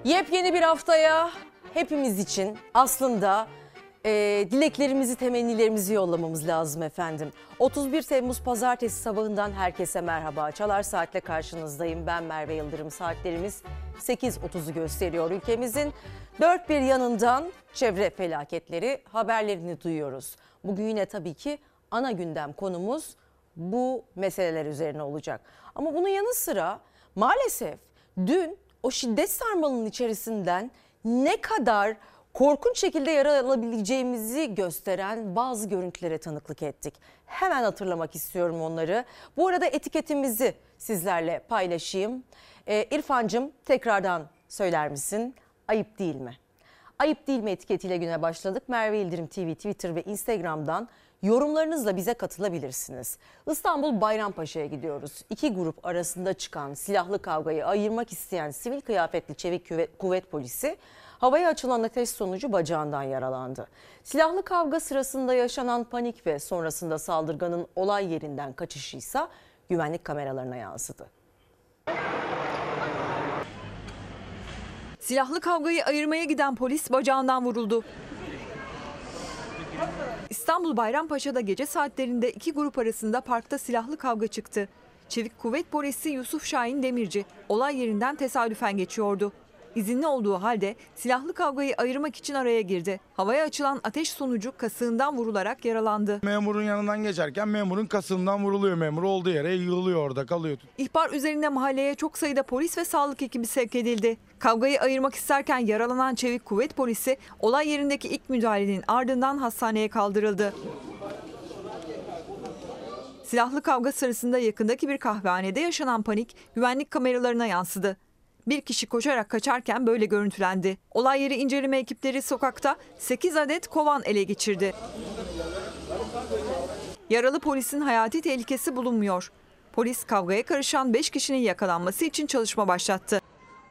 Yepyeni bir haftaya hepimiz için aslında dileklerimizi, temennilerimizi yollamamız lazım efendim. 31 Temmuz Pazartesi sabahından herkese merhaba. Çalar Saat'le karşınızdayım. Ben Merve Yıldırım. Saatlerimiz 8.30'u gösteriyor. Ülkemizin dört bir yanından çevre felaketleri haberlerini duyuyoruz. Bugün yine tabii ki ana gündem konumuz bu meseleler üzerine olacak. Ama bunun yanı sıra maalesef dün o şiddet sarmalının içerisinden ne kadar korkunç şekilde yara alabileceğimizi gösteren bazı görüntülere tanıklık ettik. Hemen hatırlamak istiyorum onları. Bu arada etiketimizi sizlerle paylaşayım. İrfancığım tekrardan söyler misin? Ayıp değil mi? Ayıp değil mi etiketiyle güne başladık. Merve Yıldırım TV, Twitter ve Instagram'dan yorumlarınızla bize katılabilirsiniz. İstanbul Bayrampaşa'ya gidiyoruz. İki grup arasında çıkan silahlı kavgayı ayırmak isteyen sivil kıyafetli çevik kuvvet polisi havaya açılan ateş sonucu bacağından yaralandı. Silahlı kavga sırasında yaşanan panik ve sonrasında saldırganın olay yerinden kaçışıysa güvenlik kameralarına yansıdı. Silahlı kavgayı ayırmaya giden polis bacağından vuruldu. İstanbul Bayrampaşa'da gece saatlerinde iki grup arasında parkta silahlı kavga çıktı. Çevik kuvvet polisi Yusuf Şahin Demirci olay yerinden tesadüfen geçiyordu. İzinli olduğu halde silahlı kavgayı ayırmak için araya girdi. Havaya açılan ateş sonucu kasığından vurularak yaralandı. Memurun yanından geçerken memurun kasığından vuruluyor. Memur olduğu yere yığılıyor, orada kalıyor. İhbar üzerine mahalleye çok sayıda polis ve sağlık ekibi sevk edildi. Kavgayı ayırmak isterken yaralanan çevik kuvvet polisi olay yerindeki ilk müdahalenin ardından hastaneye kaldırıldı. Silahlı kavga sırasında yakındaki bir kahvehanede yaşanan panik güvenlik kameralarına yansıdı. Bir kişi koşarak kaçarken böyle görüntülendi. Olay yeri inceleme ekipleri sokakta 8 adet kovan ele geçirdi. Yaralı polisin hayati tehlikesi bulunmuyor. Polis kavgaya karışan 5 kişinin yakalanması için çalışma başlattı.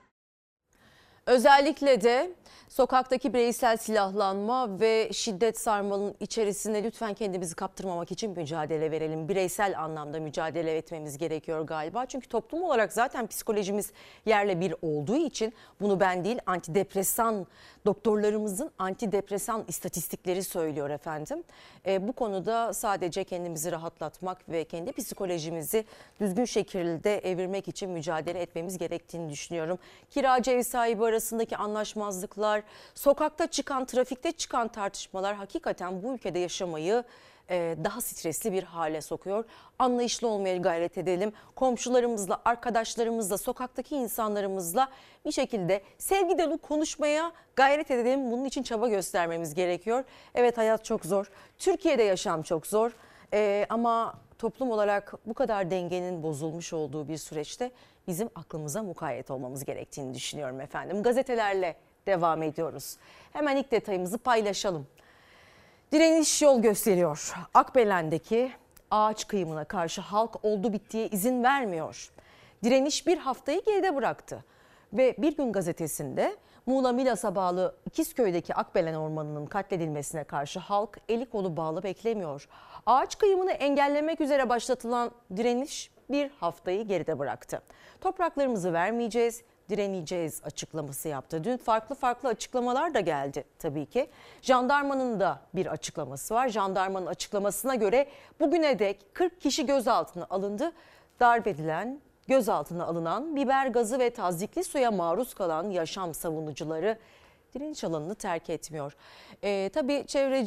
Özellikle de sokaktaki bireysel silahlanma ve şiddet sarmalının içerisinde lütfen kendimizi kaptırmamak için mücadele verelim. Bireysel anlamda mücadele etmemiz gerekiyor galiba. Çünkü toplum olarak zaten psikolojimiz yerle bir olduğu için bunu ben değil antidepresan doktorlarımızın antidepresan istatistikleri söylüyor efendim. Bu konuda sadece kendimizi rahatlatmak ve kendi psikolojimizi düzgün şekilde evirmek için mücadele etmemiz gerektiğini düşünüyorum. Kiracı ev sahibi arasındaki anlaşmazlıklar, sokakta çıkan, trafikte çıkan tartışmalar hakikaten bu ülkede yaşamayı daha stresli bir hale sokuyor. Anlayışlı olmaya gayret edelim. Komşularımızla, arkadaşlarımızla, sokaktaki insanlarımızla bir şekilde sevgi dolu konuşmaya gayret edelim. Bunun için çaba göstermemiz gerekiyor. Evet, hayat çok zor. Türkiye'de yaşam çok zor. Ama toplum olarak bu kadar dengenin bozulmuş olduğu bir süreçte bizim aklımıza mukayyet olmamız gerektiğini düşünüyorum efendim. Gazetelerle devam ediyoruz. Hemen ilk detayımızı paylaşalım. Direniş yol gösteriyor. Akbelen'deki ağaç kıyımına karşı halk oldu bittiye izin vermiyor. Direniş bir haftayı geride bıraktı. Ve Bir Gün gazetesinde Muğla Milas'a bağlı İkizköy'deki Akbelen Ormanı'nın katledilmesine karşı halk eli kolu bağlı beklemiyor. Ağaç kıyımını engellemek üzere başlatılan direniş bir haftayı geride bıraktı. Topraklarımızı vermeyeceğiz, direneceğiz açıklaması yaptı. Dün farklı açıklamalar da geldi tabii ki. Jandarmanın da bir açıklaması var. Jandarmanın açıklamasına göre bugüne dek 40 kişi gözaltına alındı. Darp edilen, gözaltına alınan, biber gazı ve tazyikli suya maruz kalan yaşam savunucuları direniş alanını terk etmiyor. Tabii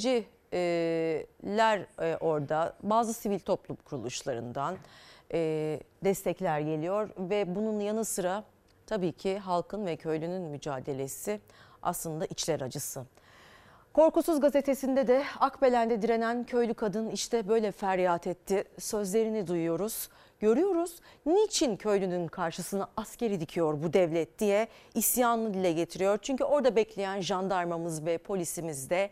çevreciler orada, bazı sivil toplum kuruluşlarından destekler geliyor ve bunun yanı sıra tabii ki halkın ve köylünün mücadelesi aslında içler acısı. Korkusuz gazetesinde de Akbelen'de direnen köylü kadın işte böyle feryat etti. Sözlerini duyuyoruz, görüyoruz. Niçin köylünün karşısına askeri dikiyor bu devlet diye isyanını dile getiriyor. Çünkü orada bekleyen jandarmamız ve polisimiz de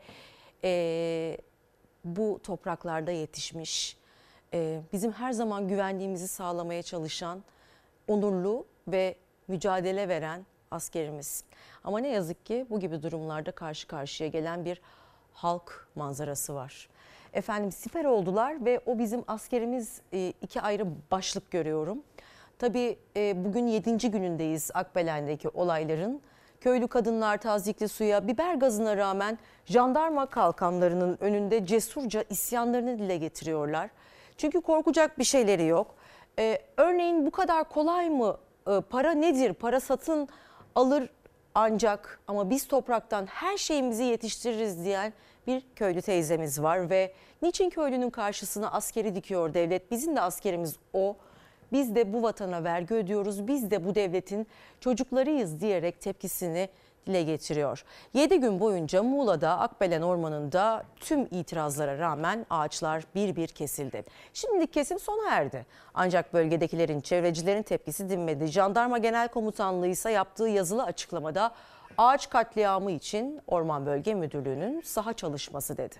bu topraklarda yetişmiş. Bizim her zaman güvenliğimizi sağlamaya çalışan, onurlu ve mücadele veren askerimiz. Ama ne yazık ki bu gibi durumlarda karşı karşıya gelen bir halk manzarası var. Efendim siper oldular ve o bizim askerimiz iki ayrı başlık görüyorum. Tabii bugün 7. günündeyiz Akbelen'deki olayların. Köylü kadınlar tazikli suya, biber gazına rağmen jandarma kalkanlarının önünde cesurca isyanlarını dile getiriyorlar. Çünkü korkacak bir şeyleri yok. Örneğin bu kadar kolay mı? Para nedir? Para satın alır ancak ama biz topraktan her şeyimizi yetiştiririz diyen bir köylü teyzemiz var ve niçin köylünün karşısına askeri dikiyor devlet? Bizim de askerimiz o. Biz de bu vatana vergi ödüyoruz. Biz de bu devletin çocuklarıyız diyerek tepkisini dile getiriyor. 7 gün boyunca Muğla'da Akbelen Ormanı'nda tüm itirazlara rağmen ağaçlar bir bir kesildi. Şimdilik kesim sona erdi. Ancak bölgedekilerin, çevrecilerin tepkisi dinmedi. Jandarma Genel Komutanlığı ise yaptığı yazılı açıklamada ağaç katliamı için Orman Bölge Müdürlüğü'nün saha çalışması dedi.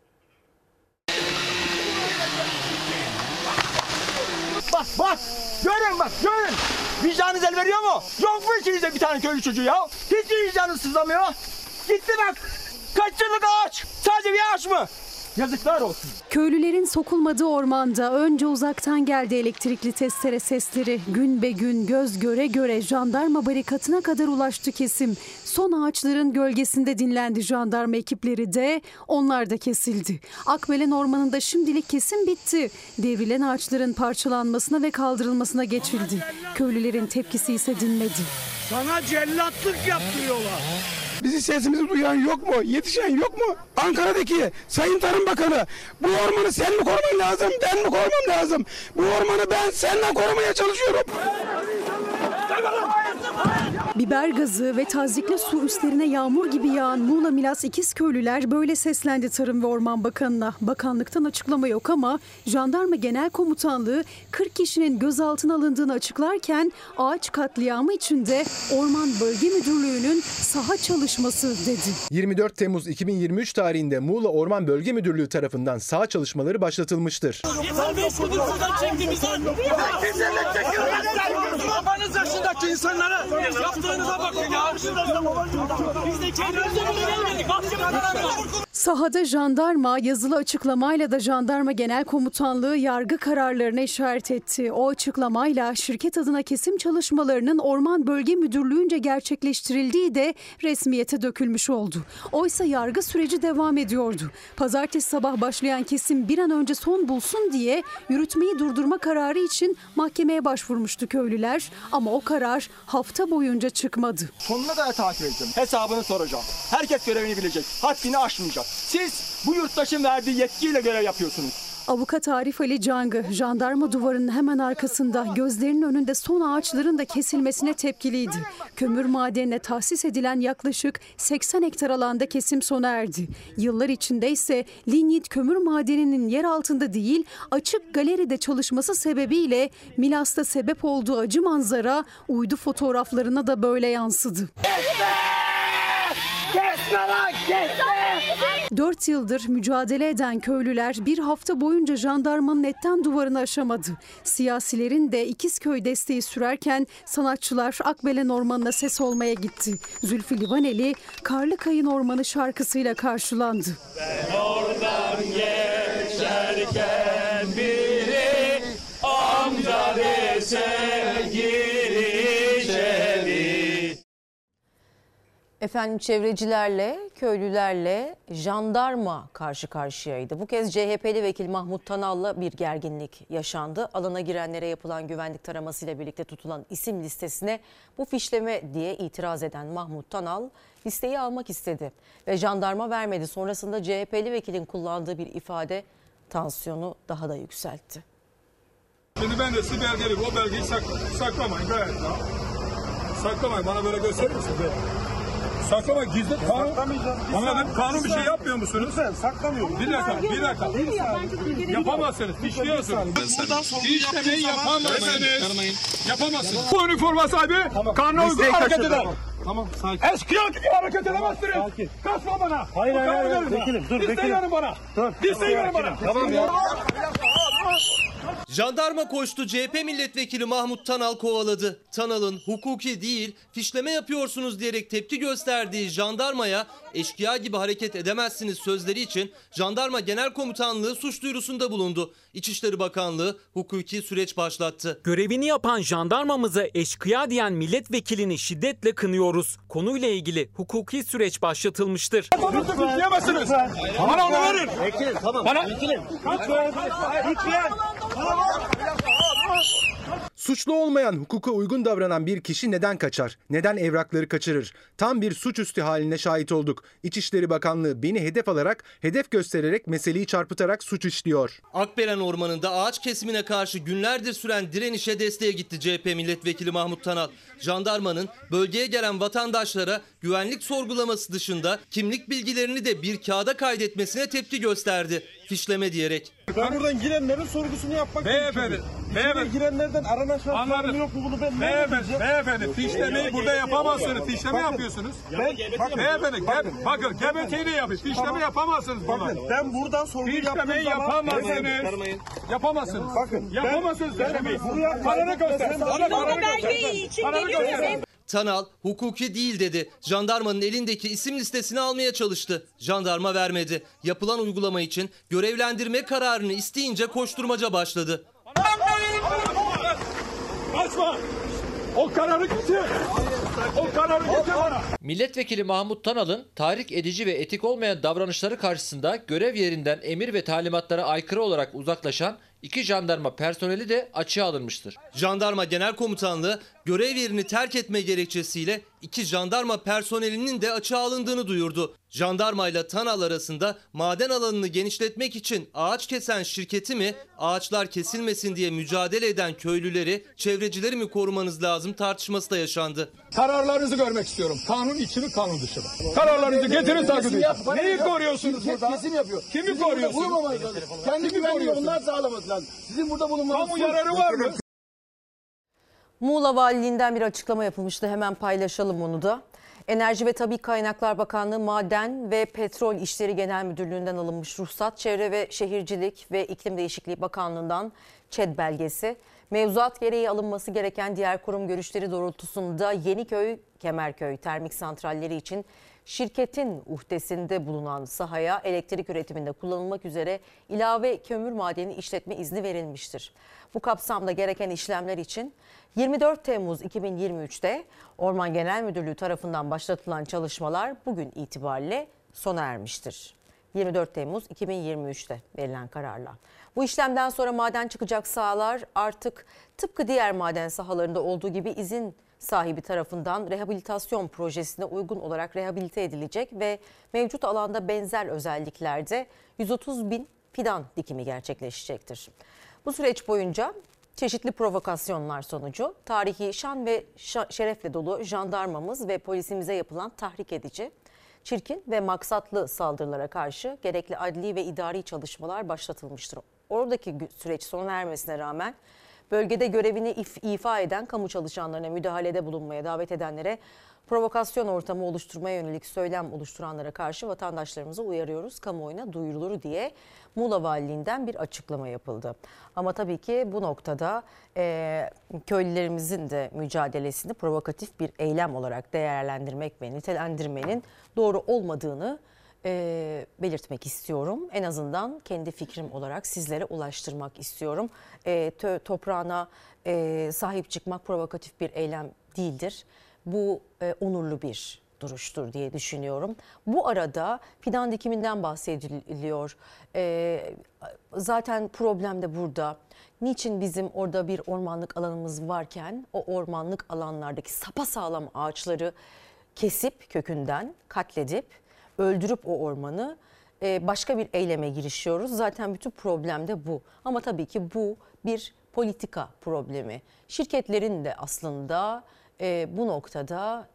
Bak, görün. Vicdanınız el veriyor mu? Yok mu içinizde bir tane köylü çocuğu ya? Hiç vicdanınız sızlamıyor. Gitti bak. Kaç yıllık ağaç? Sadece bir ağaç mı? Yazıklar olsun. Köylülerin sokulmadığı ormanda önce uzaktan geldi elektrikli testere sesleri. Gün be gün göz göre göre jandarma barikatına kadar ulaştı kesim. Son ağaçların gölgesinde dinlendi jandarma ekipleri de, onlar da kesildi. Akbelen Ormanı'nda şimdilik kesim bitti. Devrilen ağaçların parçalanmasına ve kaldırılmasına geçildi. Köylülerin tepkisi ise dinmedi. Sana cellatlık yaptırıyorlar. Bizi sesimizi duyan yok mu? Yetişen yok mu? Ankara'daki Sayın Tarım Bakanı, bu ormanı sen mi koruman lazım, ben mi korumam lazım? Bu ormanı ben seninle korumaya çalışıyorum. Biber gazı ve tazikli su üstlerine yağmur gibi yağan Muğla Milas İkizköylüler böyle seslendi Tarım ve Orman Bakanı'na. Bakanlıktan açıklama yok ama Jandarma Genel Komutanlığı 40 kişinin gözaltına alındığını açıklarken ağaç katliamı içinde Orman Bölge Müdürlüğü'nün saha çalışması dedi. 24 Temmuz 2023 tarihinde Muğla Orman Bölge Müdürlüğü tarafından saha çalışmaları başlatılmıştır. Babanız yaşındaki insanlara yaptığınıza bakın ya. Biz de kendimize bile gelmedik. Sahada jandarma yazılı açıklamayla da Jandarma Genel Komutanlığı yargı kararlarına işaret etti. O açıklamayla şirket adına kesim çalışmalarının Orman Bölge Müdürlüğü'nce gerçekleştirildiği de resmiyete dökülmüş oldu. Oysa yargı süreci devam ediyordu. Pazartesi sabah başlayan kesim bir an önce son bulsun diye yürütmeyi durdurma kararı için mahkemeye başvurmuştu köylüler. Ama o karar hafta boyunca çıkmadı. Sonuna kadar takip edeceğim. Hesabını soracağım. Herkes görevini bilecek. Haddini aşmayacak. Siz bu yurttaşın verdiği yetkiyle görev yapıyorsunuz. Avukat Arif Ali Cangı, jandarma duvarının hemen arkasında gözlerinin önünde son ağaçların da kesilmesine tepkiliydi. Kömür madenine tahsis edilen yaklaşık 80 hektar alanda kesim sona erdi. Yıllar içinde ise linyit kömür madeninin yer altında değil, açık galeride çalışması sebebiyle Milas'ta sebep olduğu acı manzara uydu fotoğraflarına da böyle yansıdı. 4 yıldır mücadele eden köylüler bir hafta boyunca jandarmanın etten duvarını aşamadı. Siyasilerin de İkizköy desteği sürerken sanatçılar Akbelen Ormanı'na ses olmaya gitti. Zülfü Livaneli Karlı Kayın Ormanı şarkısıyla karşılandı. Ben oradan geçerken biri amca dese gir içeri. Efendim çevrecilerle, köylülerle jandarma karşı karşıyaydı. Bu kez CHP'li vekil Mahmut Tanal'la bir gerginlik yaşandı. Alana girenlere yapılan güvenlik taramasıyla birlikte tutulan isim listesine bu fişleme diye itiraz eden Mahmut Tanal listeyi almak istedi. Ve jandarma vermedi. Sonrasında CHP'li vekilin kullandığı bir ifade tansiyonu daha da yükseltti. Şimdi ben de size belgelik, o belgeyi saklamayın gayet ya. Saklamayın, bana böyle gösterir misiniz? Saklama, gizli kanun. Bana kanun bir şey yapmıyor musunuz? Lütfen saklamıyorum. Bir dakika. Yapamazsınız, fişliyorsunuz. Fişlemeyi yapamazsınız. Yapamazsınız. Bu üniforma sahibi kanuna uygun hareket eder. Tamam, sakin. Eskiyor gibi hareket edemezsiniz. Sakin. Kaçma bana. Hayır. Vekilim, dur. Listeyi verin bana. Listeyi verin bana. Tamam ya. Jandarma koştu, CHP milletvekili Mahmut Tanal kovaladı. Tanal'ın hukuki değil fişleme yapıyorsunuz diyerek tepki gösterdiği jandarmaya eşkıya gibi hareket edemezsiniz sözleri için Jandarma Genel Komutanlığı suç duyurusunda bulundu. İçişleri Bakanlığı hukuki süreç başlattı. Görevini yapan jandarmamıza eşkıya diyen milletvekilini şiddetle kınıyoruz. Konuyla ilgili hukuki süreç başlatılmıştır. Fişleyemezsiniz. Bana onu verin. Bekleyin, tamam. Bana. Bekleyin. Suçlu olmayan, hukuka uygun davranan bir kişi neden kaçar? Neden evrakları kaçırır? Tam bir suçüstü haline şahit olduk. İçişleri Bakanlığı beni hedef alarak, hedef göstererek meseleyi çarpıtarak suç işliyor. Akbelen Ormanı'nda ağaç kesimine karşı günlerdir süren direnişe desteğe gitti CHP milletvekili Mahmut Tanal. Jandarmanın bölgeye gelen vatandaşlara güvenlik sorgulaması dışında kimlik bilgilerini de bir kağıda kaydetmesine tepki gösterdi. Fişleme diyerek. Ben buradan girenlerin sorgusunu yapmak beyefendi, beyefendi girenlerden aranan şartlarım yok mu bunu ben beyefendi fişlemeyi burada yapamazsınız. Fişleme yapıyorsunuz. Beyefendi bakın kebeteyi de yapın. Fişleme yapamazsınız burada. Ben buradan sorgu fişlemeyi yapamazsınız. Yapamazsınız. Bakın yapamazsınız fişlemeyi. Kararı gösterin. Kararı gösterin. Tanal hukuki değil dedi. Jandarmanın elindeki isim listesini almaya çalıştı. Jandarma vermedi. Yapılan uygulama için görevlendirme kararını isteyince koşturmaca başladı. Açma! O kararı getir! O kararı getir bana! Milletvekili Mahmut Tanal'ın tahrik edici ve etik olmayan davranışları karşısında görev yerinden emir ve talimatlara aykırı olarak uzaklaşan 2 jandarma personeli de açığa alınmıştır. Jandarma Genel Komutanlığı görev yerini terk etme gerekçesiyle 2 jandarma personelinin de açığa alındığını duyurdu. Jandarma ile Tanal arasında maden alanını genişletmek için ağaç kesen şirketi mi, ağaçlar kesilmesin diye mücadele eden köylüleri, çevrecileri mi korumanız lazım tartışması da yaşandı. Kararlarınızı görmek istiyorum. Kanun içi mi, kanun dışı mı? Kararlarınızı getirin takip edin. Neyi koruyorsunuz burada? Kesim yapıyor. Kimi koruyorsunuz? Kendi güvenliği onlar sağlaması lazım. Sizin burada bulunmanız... Kamu yararı var mı? Muğla Valiliğinden bir açıklama yapılmıştı. Hemen paylaşalım onu da. Enerji ve Tabii Kaynaklar Bakanlığı Maden ve Petrol İşleri Genel Müdürlüğü'nden alınmış ruhsat, Çevre ve Şehircilik ve İklim Değişikliği Bakanlığı'ndan ÇED belgesi, mevzuat gereği alınması gereken diğer kurum görüşleri doğrultusunda Yeniköy, Kemerköy termik santralleri için şirketin uhdesinde bulunan sahaya elektrik üretiminde kullanılmak üzere ilave kömür madeni işletme izni verilmiştir. Bu kapsamda gereken işlemler için 24 Temmuz 2023'te Orman Genel Müdürlüğü tarafından başlatılan çalışmalar bugün itibariyle sona ermiştir. 24 Temmuz 2023'te verilen kararla. Bu işlemden sonra maden çıkacak sahalar artık tıpkı diğer maden sahalarında olduğu gibi izin sahibi tarafından rehabilitasyon projesine uygun olarak rehabilite edilecek ve mevcut alanda benzer özelliklerde 130 bin fidan dikimi gerçekleşecektir. Bu süreç boyunca çeşitli provokasyonlar sonucu tarihi şan ve şerefle dolu jandarmamız ve polisimize yapılan tahrik edici, çirkin ve maksatlı saldırılara karşı gerekli adli ve idari çalışmalar başlatılmıştır. Oradaki süreç sona ermesine rağmen bölgede görevini ifa eden kamu çalışanlarına müdahalede bulunmaya davet edenlere, provokasyon ortamı oluşturmaya yönelik söylem oluşturanlara karşı vatandaşlarımızı uyarıyoruz, kamuoyuna duyurulur diye Muğla Valiliğinden bir açıklama yapıldı. Ama tabii ki bu noktada köylülerimizin de mücadelesini provokatif bir eylem olarak değerlendirmek ve nitelendirmenin doğru olmadığını belirtmek istiyorum. En azından kendi fikrim olarak sizlere ulaştırmak istiyorum. Toprağına sahip çıkmak provokatif bir eylem değildir. Bu onurlu bir duruştur diye düşünüyorum. Bu arada fidan dikiminden bahsediliyor. Zaten problem de burada. Niçin bizim orada bir ormanlık alanımız varken o ormanlık alanlardaki sapasağlam ağaçları kesip kökünden katledip öldürüp o ormanı başka bir eyleme girişiyoruz. Zaten bütün problem de bu. Ama tabii ki bu bir politika problemi. Şirketlerin de aslında bu noktada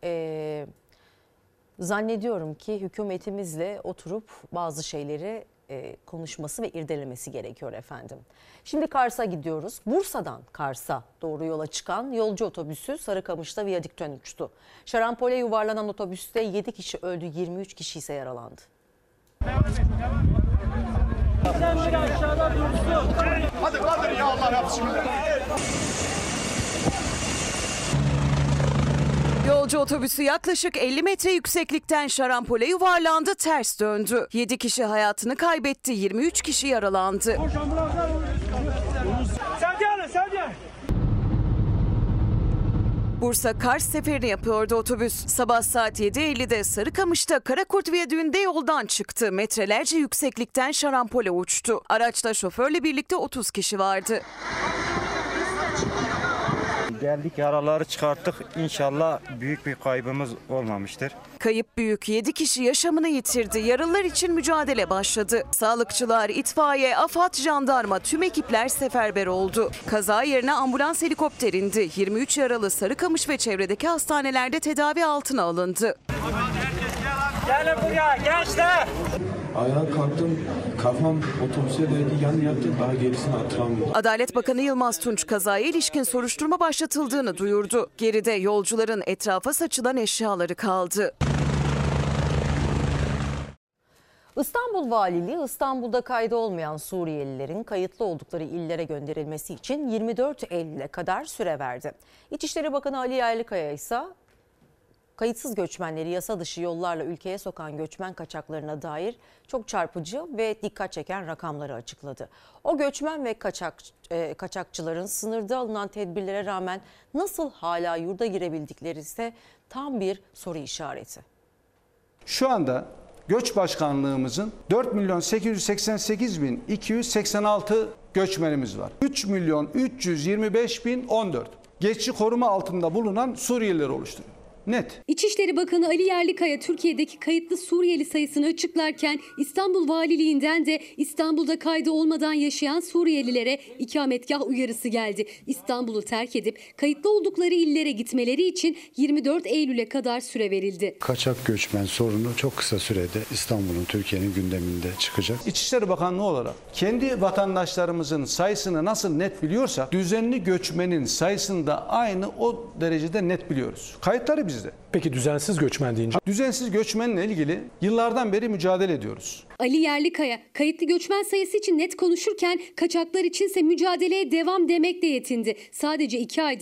zannediyorum ki hükümetimizle oturup bazı şeyleri konuşması ve irdelemesi gerekiyor efendim. Şimdi Kars'a gidiyoruz. Bursa'dan Kars'a doğru yola çıkan yolcu otobüsü Sarıkamış'ta viyadükten uçtu. Şarampole yuvarlanan otobüste 7 kişi öldü, 23 kişi ise yaralandı. Biri aşağıda dursun. Hadi kaldır ya Allah yapsın. Yolcu otobüsü yaklaşık 50 metre yükseklikten şarampole yuvarlandı, ters döndü. 7 kişi hayatını kaybetti, 23 kişi yaralandı. Bursa-Kars seferini yapıyordu otobüs. Sabah saat 7.50'de Sarıkamış'ta Karakurt Viyadüğü'nde yoldan çıktı. Metrelerce yükseklikten şarampole uçtu. Araçta şoförle birlikte 30 kişi vardı. Geldik, yaraları çıkarttık. İnşallah büyük bir kaybımız olmamıştır. Kayıp büyük, 7 kişi yaşamını yitirdi. Yaralılar için mücadele başladı. Sağlıkçılar, itfaiye, AFAD, jandarma tüm ekipler seferber oldu. Kaza yerine ambulans helikopter indi. 23 yaralı Sarıkamış ve çevredeki hastanelerde tedavi altına alındı. Gelin buraya gençler. Ayağa kalktım, kafam otobüse değdi, yan yattı, daha gerisini hatırlamıyorum. Adalet Bakanı Yılmaz Tunç kazaya ilişkin soruşturma başlatıldığını duyurdu. Geride yolcuların etrafa saçılan eşyaları kaldı. İstanbul Valiliği, İstanbul'da kaydı olmayan Suriyelilerin kayıtlı oldukları illere gönderilmesi için 24 Eylül'e kadar süre verdi. İçişleri Bakanı Ali Yerlikaya ise kayıtsız göçmenleri yasa dışı yollarla ülkeye sokan göçmen kaçaklarına dair çok çarpıcı ve dikkat çeken rakamları açıkladı. O göçmen ve kaçakçıların sınırda alınan tedbirlere rağmen nasıl hala yurda girebildikleri ise tam bir soru işareti. Şu anda Göç Başkanlığımızın 4.888.286 göçmenimiz var. 3.325.014 geçici koruma altında bulunan Suriyeliler oluşturuyor. Net. İçişleri Bakanı Ali Yerlikaya Türkiye'deki kayıtlı Suriyeli sayısını açıklarken İstanbul Valiliğinden de İstanbul'da kaydı olmadan yaşayan Suriyelilere ikametgah uyarısı geldi. İstanbul'u terk edip kayıtlı oldukları illere gitmeleri için 24 Eylül'e kadar süre verildi. Kaçak göçmen sorunu çok kısa sürede İstanbul'un, Türkiye'nin gündeminde çıkacak. İçişleri Bakanlığı olarak kendi vatandaşlarımızın sayısını nasıl net biliyorsak düzenli göçmenin sayısını da aynı o derecede net biliyoruz. Kayıtları bizde. Peki düzensiz göçmen deyince? Düzensiz göçmenle ilgili yıllardan beri mücadele ediyoruz. Ali Yerlikaya kayıtlı göçmen sayısı için net konuşurken kaçaklar içinse mücadeleye devam demekle yetindi. Sadece 2 ayda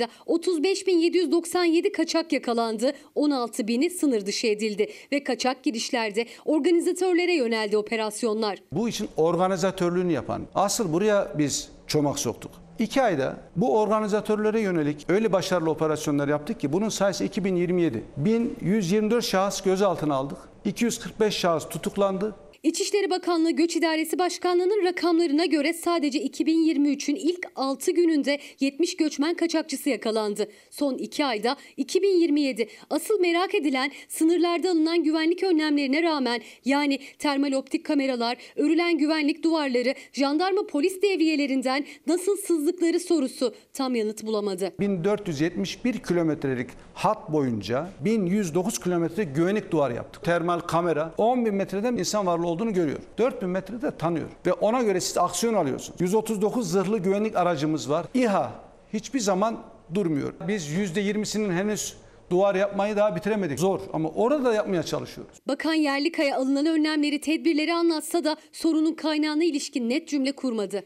35.797 kaçak yakalandı, 16.000'i sınır dışı edildi ve kaçak girişlerde organizatörlere yöneldi operasyonlar. Bu işin organizatörlüğünü yapan, asıl buraya biz çomak soktuk. 2 ayda bu organizatörlere yönelik öyle başarılı operasyonlar yaptık ki bunun sayısı 2027. 1124 şahıs gözaltına aldık. 245 şahıs tutuklandı. İçişleri Bakanlığı Göç İdaresi Başkanlığı'nın rakamlarına göre sadece 2023'ün ilk 6 gününde 70 göçmen kaçakçısı yakalandı. Son 2 ayda 2027. Asıl merak edilen sınırlarda alınan güvenlik önlemlerine rağmen, yani termal optik kameralar, örülen güvenlik duvarları, jandarma polis devriyelerinden nasıl sızdıkları sorusu tam yanıt bulamadı. 1471 kilometrelik hat boyunca 1109 kilometre güvenlik duvar yaptık. Termal kamera 10.000 metreden insan varlığı olduğunu görüyor. 4.000 metrede tanıyor. Ve ona göre siz aksiyon alıyorsunuz. 139 zırhlı güvenlik aracımız var. İHA hiçbir zaman durmuyor. Biz %20'sinin henüz duvar yapmayı daha bitiremedik. Zor ama orada da yapmaya çalışıyoruz. Bakan Yerlikaya alınan önlemleri, tedbirleri anlatsa da sorunun kaynağına ilişkin net cümle kurmadı.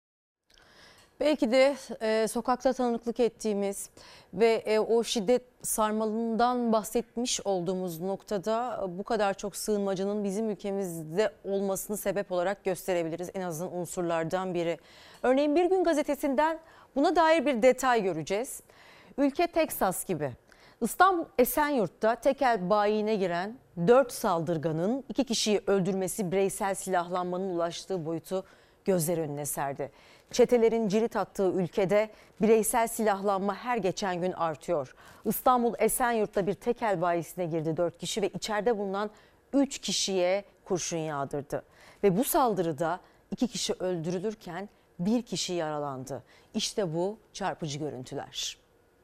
Belki de sokakta tanıklık ettiğimiz ve o şiddet sarmalından bahsetmiş olduğumuz noktada bu kadar çok sığınmacının bizim ülkemizde olmasını sebep olarak gösterebiliriz. En azından unsurlardan biri. Örneğin Bir Gün Gazetesi'nden buna dair bir detay göreceğiz. Ülke Teksas gibi. İstanbul Esenyurt'ta tekel bayiine giren 4 saldırganın 2 kişiyi öldürmesi bireysel silahlanmanın ulaştığı boyutu gözler önüne serdi. Çetelerin cirit attığı ülkede bireysel silahlanma her geçen gün artıyor. İstanbul Esenyurt'ta bir tekel bayisine girdi 4 kişi ve içeride bulunan 3 kişiye kurşun yağdırdı. Ve bu saldırıda 2 kişi öldürülürken 1 kişi yaralandı. İşte bu çarpıcı görüntüler.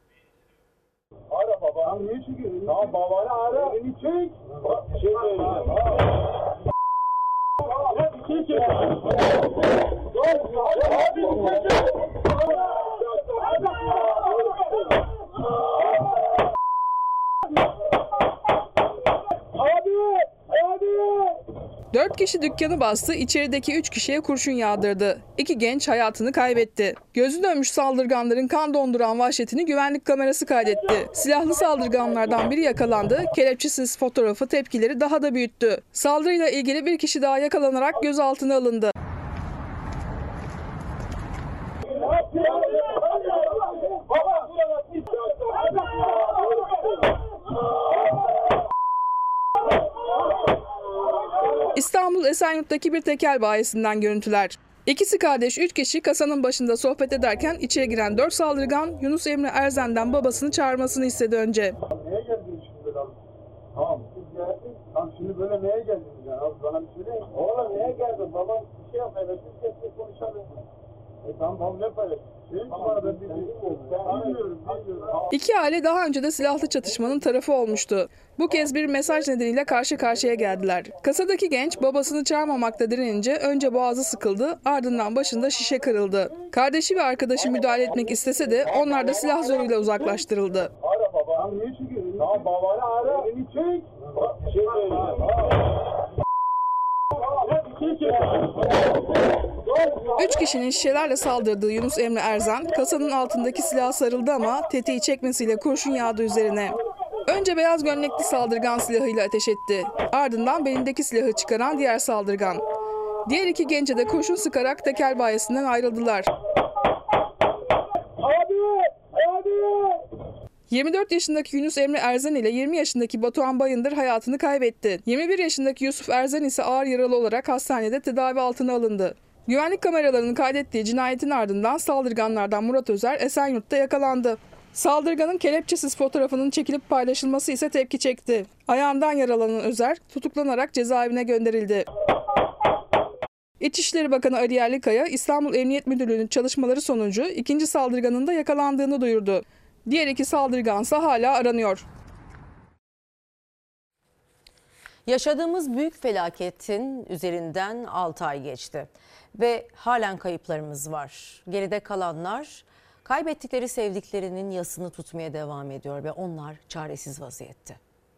Ara baba. Niye çekiyorsun? Tamam babanı ara. Elini çek. Çek kişi dükkanı bastı, içerideki 3 kişiye kurşun yağdırdı. 2 genç hayatını kaybetti. Gözü dönmüş saldırganların kan donduran vahşetini güvenlik kamerası kaydetti. Silahlı saldırganlardan biri yakalandı, kelepçesiz fotoğrafı tepkileri daha da büyüttü. Saldırıyla ilgili bir kişi daha yakalanarak gözaltına alındı. İstanbul Esenyurt'taki bir tekel bayisinden görüntüler. İkisi kardeş 3 kişi kasanın başında sohbet ederken içeri giren 4 saldırgan Yunus Emre Erzen'den babasını çağırmasını istedi önce. Neye geldiniz şimdi lan? Tamam siz geldiniz. Tamam şimdi böyle neye geldiniz yani? Abi bana bir söyleyin. Oğlum neye geldin? Babam bir şey yapayım. Siz kesin konuşalım. Tamam ne paylaşın? İki aile daha önce de silahlı çatışmanın tarafı olmuştu. Bu kez bir mesaj nedeniyle karşı karşıya geldiler. Kasadaki genç babasını çağırmamakta direnince önce boğazı sıkıldı, ardından başında şişe kırıldı. Kardeşi ve arkadaşı müdahale etmek istese de onlar da silah zoruyla uzaklaştırıldı. Ara baba. Niye çekiyorsun? Tamam babanı ara. Beni çek. Şey Üç kişinin şişelerle saldırdığı Yunus Emre Erzen, kasanın altındaki silaha sarıldı ama tetiği çekmesiyle kurşun yağdı üzerine. Önce beyaz gömlekli saldırgan silahıyla ateş etti. Ardından belindeki silahı çıkaran diğer saldırgan. Diğer 2 gence de kurşun sıkarak tekel bayisinden ayrıldılar. 24 yaşındaki Yunus Emre Erzen ile 20 yaşındaki Batuhan Bayındır hayatını kaybetti. 21 yaşındaki Yusuf Erzen ise ağır yaralı olarak hastanede tedavi altına alındı. Güvenlik kameralarının kaydettiği cinayetin ardından saldırganlardan Murat Özer Esenyurt'ta yakalandı. Saldırganın kelepçesiz fotoğrafının çekilip paylaşılması ise tepki çekti. Ayağından yaralanan Özer tutuklanarak cezaevine gönderildi. İçişleri Bakanı Ali Yerlikaya, İstanbul Emniyet Müdürlüğü'nün çalışmaları sonucu ikinci saldırganın da yakalandığını duyurdu. Diğer 2 saldırgansa hala aranıyor. Yaşadığımız büyük felaketin üzerinden 6 ay geçti ve halen kayıplarımız var. Geride kalanlar kaybettikleri sevdiklerinin yasını tutmaya devam ediyor ve onlar çaresiz vaziyette.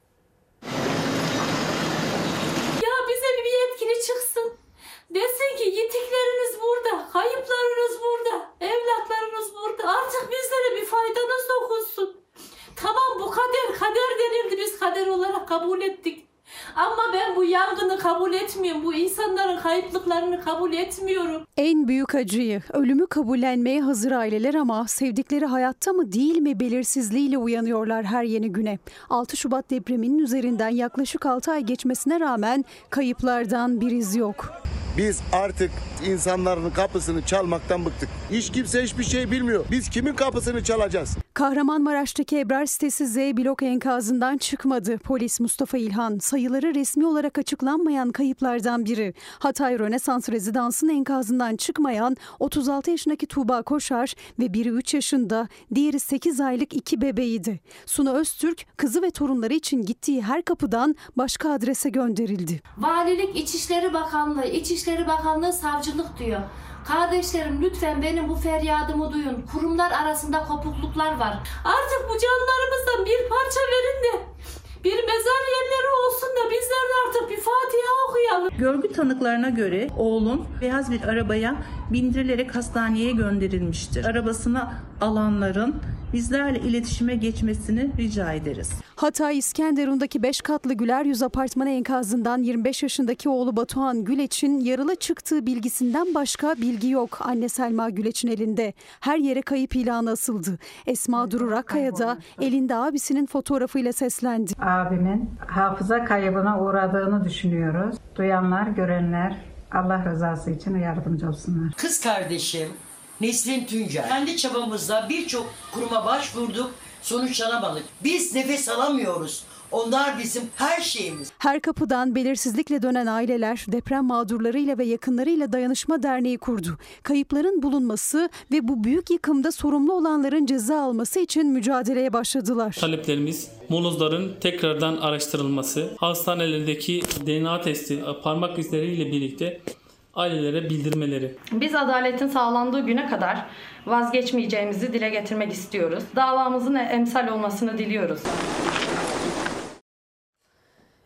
Ya bize bir yetkili çıksın. Desin ki yitikleriniz burada, kayıplarınız burada, evlatlarınız burada. Artık bizlere bir faydanız dokunsun. Tamam bu kader denildi, biz kader olarak kabul ettik. Ama ben bu yangını kabul etmiyorum. Bu insanların kayıplıklarını kabul etmiyorum. En büyük acıyı, ölümü kabullenmeye hazır aileler ama sevdikleri hayatta mı değil mi belirsizliğiyle uyanıyorlar her yeni güne. 6 Şubat depreminin üzerinden yaklaşık 6 ay geçmesine rağmen kayıplardan bir iz yok. Biz artık insanların kapısını çalmaktan bıktık. Hiç kimse hiçbir şey bilmiyor. Biz kimin kapısını çalacağız? Kahramanmaraş'taki Ebrar sitesi Z blok enkazından çıkmadı. Polis Mustafa İlhan sayıları resmi olarak açıklanmayan kayıplardan biri. Hatay Rönesans Rezidansı'nın enkazından çıkmayan 36 yaşındaki Tuğba Koşar ve biri 3 yaşında, diğeri 8 aylık 2 bebeğiydi. Suna Öztürk kızı ve torunları için gittiği her kapıdan başka adrese gönderildi. Valilik, İçişleri Bakanlığı, İçişleri Bakanlığı savcılık diyor. Kardeşlerim lütfen benim bu feryadımı duyun. Kurumlar arasında kopukluklar var. Artık bu canlarımızdan bir parça verin de bir mezar yerleri olsun da bizler de artık bir Fatiha okuyalım. Görgü tanıklarına göre oğlum beyaz bir arabaya bindirilerek hastaneye gönderilmiştir. Arabasını alanların bizlerle iletişime geçmesini rica ederiz. Hatay İskenderun'daki 5 katlı Güler Yüz apartmanı enkazından 25 yaşındaki oğlu Batuhan Güleç'in yaralı çıktığı bilgisinden başka bilgi yok. Anne Selma Güleç'in elinde. Her yere kayıp ilanı asıldı. Esma Durur Akkaya da elinde abisinin fotoğrafıyla seslendi. Abimin hafıza kaybına uğradığını düşünüyoruz. Duyanlar, görenler Allah rızası için yardımcı olsunlar. Kız kardeşim Nesrin Tuncer. Kendi çabamızla birçok kuruma başvurduk, sonuç alamadık. Biz nefes alamıyoruz. Onlar bizim her şeyimiz. Her kapıdan belirsizlikle dönen aileler deprem mağdurlarıyla ve yakınlarıyla dayanışma derneği kurdu. Kayıpların bulunması ve bu büyük yıkımda sorumlu olanların ceza alması için mücadeleye başladılar. Taleplerimiz molozların tekrardan araştırılması, hastanelerdeki DNA testi, parmak izleriyle birlikte ailelere bildirmeleri. Biz adaletin sağlandığı güne kadar vazgeçmeyeceğimizi dile getirmek istiyoruz. Davamızın emsal olmasını diliyoruz.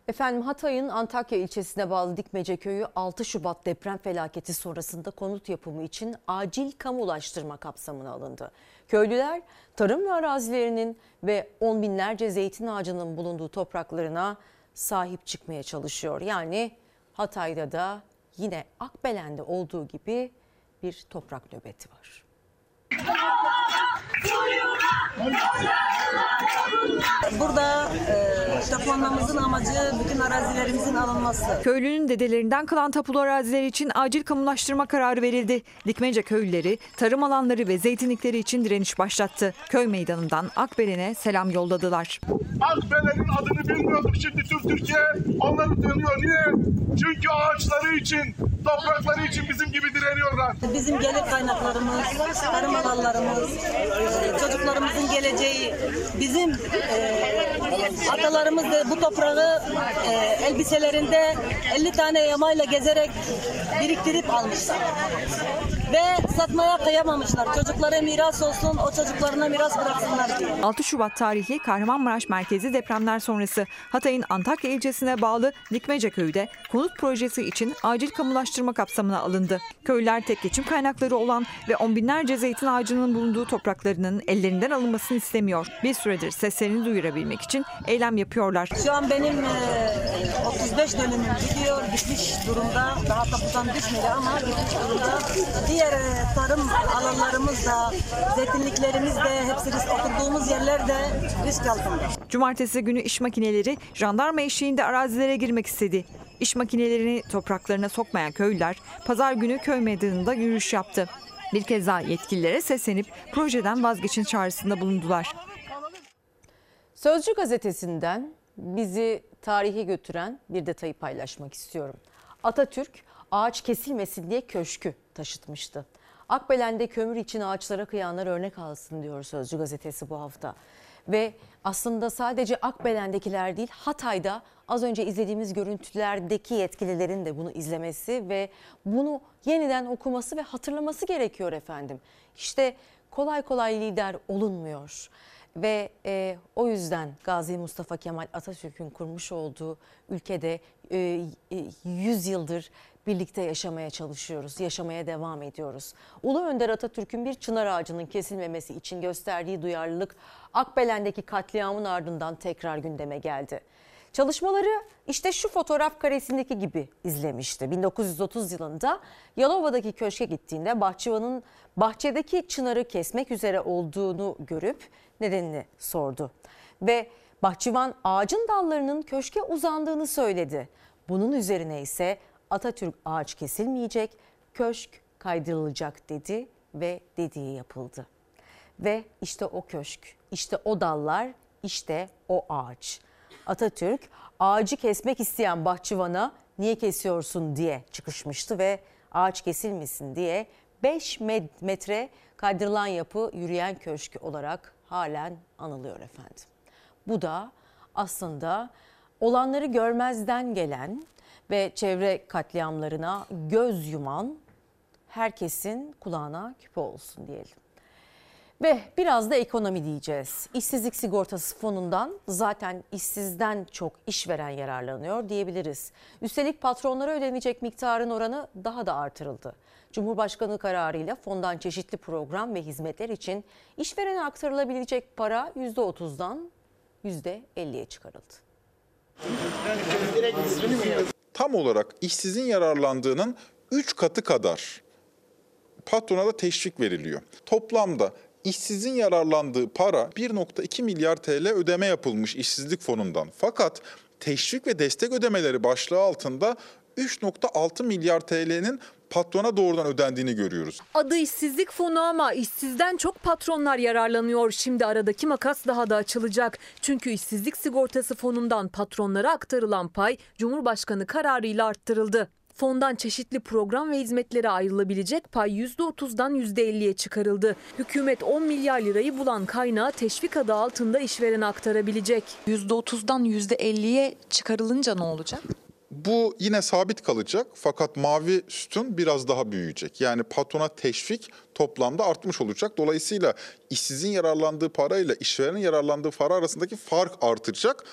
Efendim Hatay'ın Antakya ilçesine bağlı Dikmece köyü 6 Şubat deprem felaketi sonrasında konut yapımı için acil kamulaştırma kapsamına alındı. Köylüler tarım ve arazilerinin ve on binlerce zeytin ağacının bulunduğu topraklarına sahip çıkmaya çalışıyor. Yani Hatay'da da yine Akbelen'de olduğu gibi bir toprak nöbeti var. Burada tapulmamızın amacı bütün arazilerimizin alınması. Köylünün dedelerinden kalan tapulu araziler için acil kamulaştırma kararı verildi. Dikmece köylüleri tarım alanları ve zeytinlikleri için direniş başlattı. Köy meydanından Akbelen'e selam yolladılar. Akbelen'in adını bilmiyorduk, şimdi tüm Türkiye onları tanıyor. Niye? Çünkü ağaçları için, toprakları için bizim gibi direniyorlar. Bizim gelir kaynaklarımız, tarım alanlarımız, çocuklarımızın geleceği, bizim atalarımız da bu toprağı elbiselerinde 50 tane yamayla gezerek biriktirip almışlar. Ve satmaya kıyamamışlar. Çocuklara miras olsun, o çocuklarına miras bıraksınlar diye. 6 Şubat tarihli Kahramanmaraş merkezi depremler sonrası Hatay'ın Antakya ilçesine bağlı Dikmece köyü de konut projesi için acil kamulaştırma kapsamına alındı. Köylüler tek geçim kaynakları olan ve on binlerce zeytin ağacının bulunduğu topraklarının ellerinden alınmasını istemiyor. Bir süredir seslerini duyurabilmek için eylem yapıyorlar. Şu an benim 35 dönümüm gidiyor, bitmiş durumda. Daha tapudan düşmedi ama bitmiş durumda. Diğer tarım alanlarımız da, zeytinliklerimiz de, hepsi risk, oturduğumuz yerler de risk altında. Cumartesi günü iş makineleri jandarma eşliğinde arazilere girmek istedi. İş makinelerini topraklarına sokmayan köylüler pazar günü köy meydanında yürüyüş yaptı. Bir kez daha yetkililere seslenip projeden vazgeçin çağrısında bulundular. Sözcü gazetesinden bizi tarihe götüren bir detayı paylaşmak istiyorum. Atatürk ağaç kesilmesin diye köşkü taşıtmıştı. Akbelen'de kömür için ağaçlara kıyanlar örnek alsın diyor Sözcü gazetesi bu hafta. Ve aslında sadece Akbelen'dekiler değil, Hatay'da az önce izlediğimiz görüntülerdeki yetkililerin de bunu izlemesi ve bunu yeniden okuması ve hatırlaması gerekiyor efendim. İşte kolay kolay lider olunmuyor. Ve o yüzden Gazi Mustafa Kemal Atatürk'ün kurmuş olduğu ülkede 100 yıldır birlikte yaşamaya çalışıyoruz, yaşamaya devam ediyoruz. Ulu Önder Atatürk'ün bir çınar ağacının kesilmemesi için gösterdiği duyarlılık Akbelen'deki katliamın ardından tekrar gündeme geldi. Çalışmaları işte şu fotoğraf karesindeki gibi izlemişti. 1930 yılında Yalova'daki köşke gittiğinde bahçıvanın bahçedeki çınarı kesmek üzere olduğunu görüp nedenini sordu. Ve bahçıvan ağacın dallarının köşke uzandığını söyledi. Bunun üzerine ise Atatürk ağaç kesilmeyecek, köşk kaydırılacak dedi ve dediği yapıldı. Ve işte o köşk, işte o dallar, işte o ağaç. Atatürk ağacı kesmek isteyen bahçıvana niye kesiyorsun diye çıkışmıştı ve ağaç kesilmesin diye 5 metre kaydırılan yapı yürüyen köşk olarak halen anılıyor efendim. Bu da aslında olanları görmezden gelen ve çevre katliamlarına göz yuman herkesin kulağına küpe olsun diyelim. Ve biraz da ekonomi diyeceğiz. İşsizlik sigortası fonundan zaten işsizden çok işveren yararlanıyor diyebiliriz. Üstelik patronlara ödenecek miktarın oranı daha da artırıldı. Cumhurbaşkanı kararıyla fondan çeşitli program ve hizmetler için işverene aktarılabilecek para %30'dan %50'ye çıkarıldı. Tam olarak işsizin yararlandığının 3 katı kadar patrona da teşvik veriliyor. Toplamda işsizin yararlandığı para 1,2 milyar TL ödeme yapılmış işsizlik fonundan. Fakat teşvik ve destek ödemeleri başlığı altında 3,6 milyar TL'nin patrona doğrudan ödendiğini görüyoruz. Adı işsizlik fonu ama işsizden çok patronlar yararlanıyor. Şimdi aradaki makas daha da açılacak. Çünkü işsizlik sigortası fonundan patronlara aktarılan pay Cumhurbaşkanı kararıyla arttırıldı. Fondan çeşitli program ve hizmetlere ayrılabilecek pay %30'dan %50'ye çıkarıldı. Hükümet 10 milyar lirayı bulan kaynağı teşvik adı altında işverene aktarabilecek. %30'dan %50'ye çıkarılınca ne olacak? Bu yine sabit kalacak fakat mavi sütun biraz daha büyüyecek. Yani patrona teşvik toplamda artmış olacak. Dolayısıyla işsizin yararlandığı parayla işverenin yararlandığı para arasındaki fark artacak.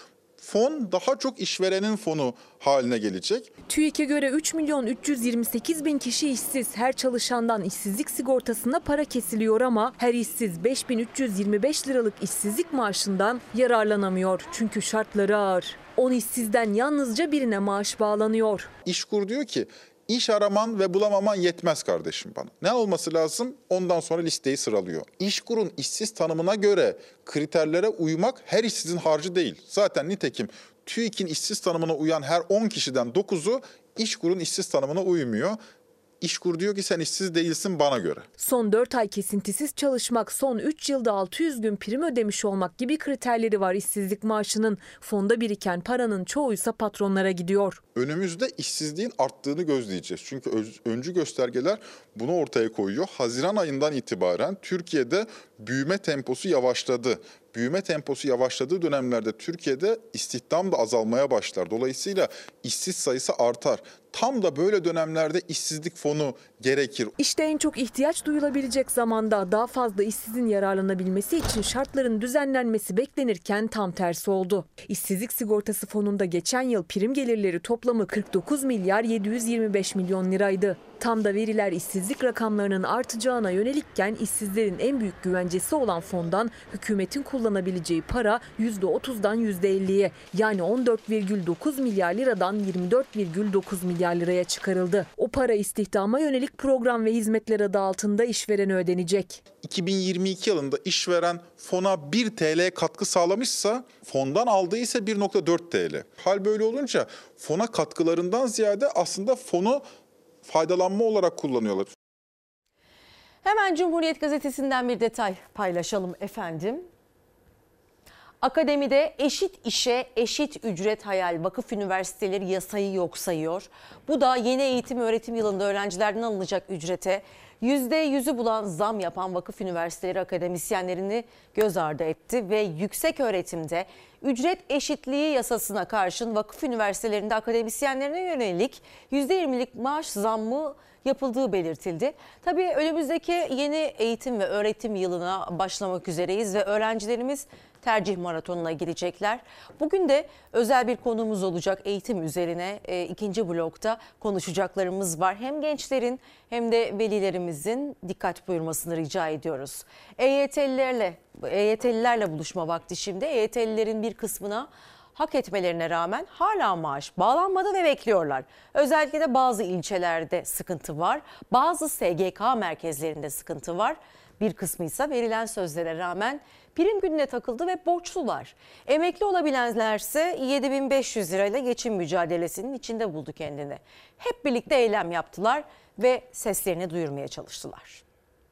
Fon daha çok işverenin fonu haline gelecek. TÜİK'e göre 3.328.000 kişi işsiz. Her çalışandan işsizlik sigortasına para kesiliyor ama her işsiz 5.325 liralık işsizlik maaşından yararlanamıyor. Çünkü şartları ağır. 10 işsizden yalnızca birine maaş bağlanıyor. İşkur diyor ki iş araman ve bulamaman yetmez kardeşim bana. Ne olması lazım? Ondan sonra listeyi sıralıyor. İşkur'un işsiz tanımına göre kriterlere uymak her işsizin harcı değil. Zaten nitekim TÜİK'in işsiz tanımına uyan her 10 kişiden 9'u İşkur'un işsiz tanımına uymuyor. İşkur diyor ki sen işsiz değilsin bana göre. Son 4 ay kesintisiz çalışmak, son 3 yılda 600 gün prim ödemiş olmak gibi kriterleri var işsizlik maaşının. Fonda biriken paranın çoğuysa patronlara gidiyor. Önümüzde işsizliğin arttığını gözleyeceğiz. Çünkü öncü göstergeler bunu ortaya koyuyor. Haziran ayından itibaren Türkiye'de büyüme temposu yavaşladı. Büyüme temposu yavaşladığı dönemlerde Türkiye'de istihdam da azalmaya başlar. Dolayısıyla işsiz sayısı artar. Tam da böyle dönemlerde işsizlik fonu gerekir. İşte en çok ihtiyaç duyulabilecek zamanda daha fazla işsizin yararlanabilmesi için şartların düzenlenmesi beklenirken tam tersi oldu. İşsizlik sigortası fonunda geçen yıl prim gelirleri toplamı 49 milyar 725 milyon liraydı. Tam da veriler işsizlik rakamlarının artacağına yönelikken işsizlerin en büyük güvencesi olan fondan hükümetin kullanabileceği para %30'dan %50'ye yani 14,9 milyar liradan 24,9 milyar liraya çıkarıldı. O para istihdama yönelik program ve hizmetler adı altında işverene ödenecek. 2022 yılında işveren fona 1 TL katkı sağlamışsa fondan aldığı ise 1,4 TL. Hal böyle olunca fona katkılarından ziyade aslında fonu faydalanma olarak kullanıyorlar. Hemen Cumhuriyet Gazetesi'nden bir detay paylaşalım efendim. Akademide eşit işe eşit ücret hayal. Vakıf üniversiteleri yasayı yok sayıyor. Bu da yeni eğitim öğretim yılında öğrencilerden alınacak ücrete %100'ü bulan zam yapan vakıf üniversiteleri akademisyenlerini göz ardı etti ve yüksek öğretimde ücret eşitliği yasasına karşın vakıf üniversitelerinde akademisyenlerine yönelik %20'lik maaş zammı yapıldığı belirtildi. Tabii önümüzdeki yeni eğitim ve öğretim yılına başlamak üzereyiz ve öğrencilerimiz tercih maratonuna girecekler. Bugün de özel bir konumuz olacak eğitim üzerine ikinci blokta konuşacaklarımız var. Hem gençlerin hem de velilerimizin dikkat buyurmasını rica ediyoruz. EYT'lilerle buluşma vakti şimdi. EYT'lilerin bir kısmına hak etmelerine rağmen hala maaş bağlanmadı ve bekliyorlar. Özellikle de bazı ilçelerde sıkıntı var. Bazı SGK merkezlerinde sıkıntı var. Bir kısmı ise verilen sözlere rağmen prim gününe takıldı ve borçlular. Emekli olabilenlerse 7.500 lirayla geçim mücadelesinin içinde buldu kendini. Hep birlikte eylem yaptılar ve seslerini duyurmaya çalıştılar.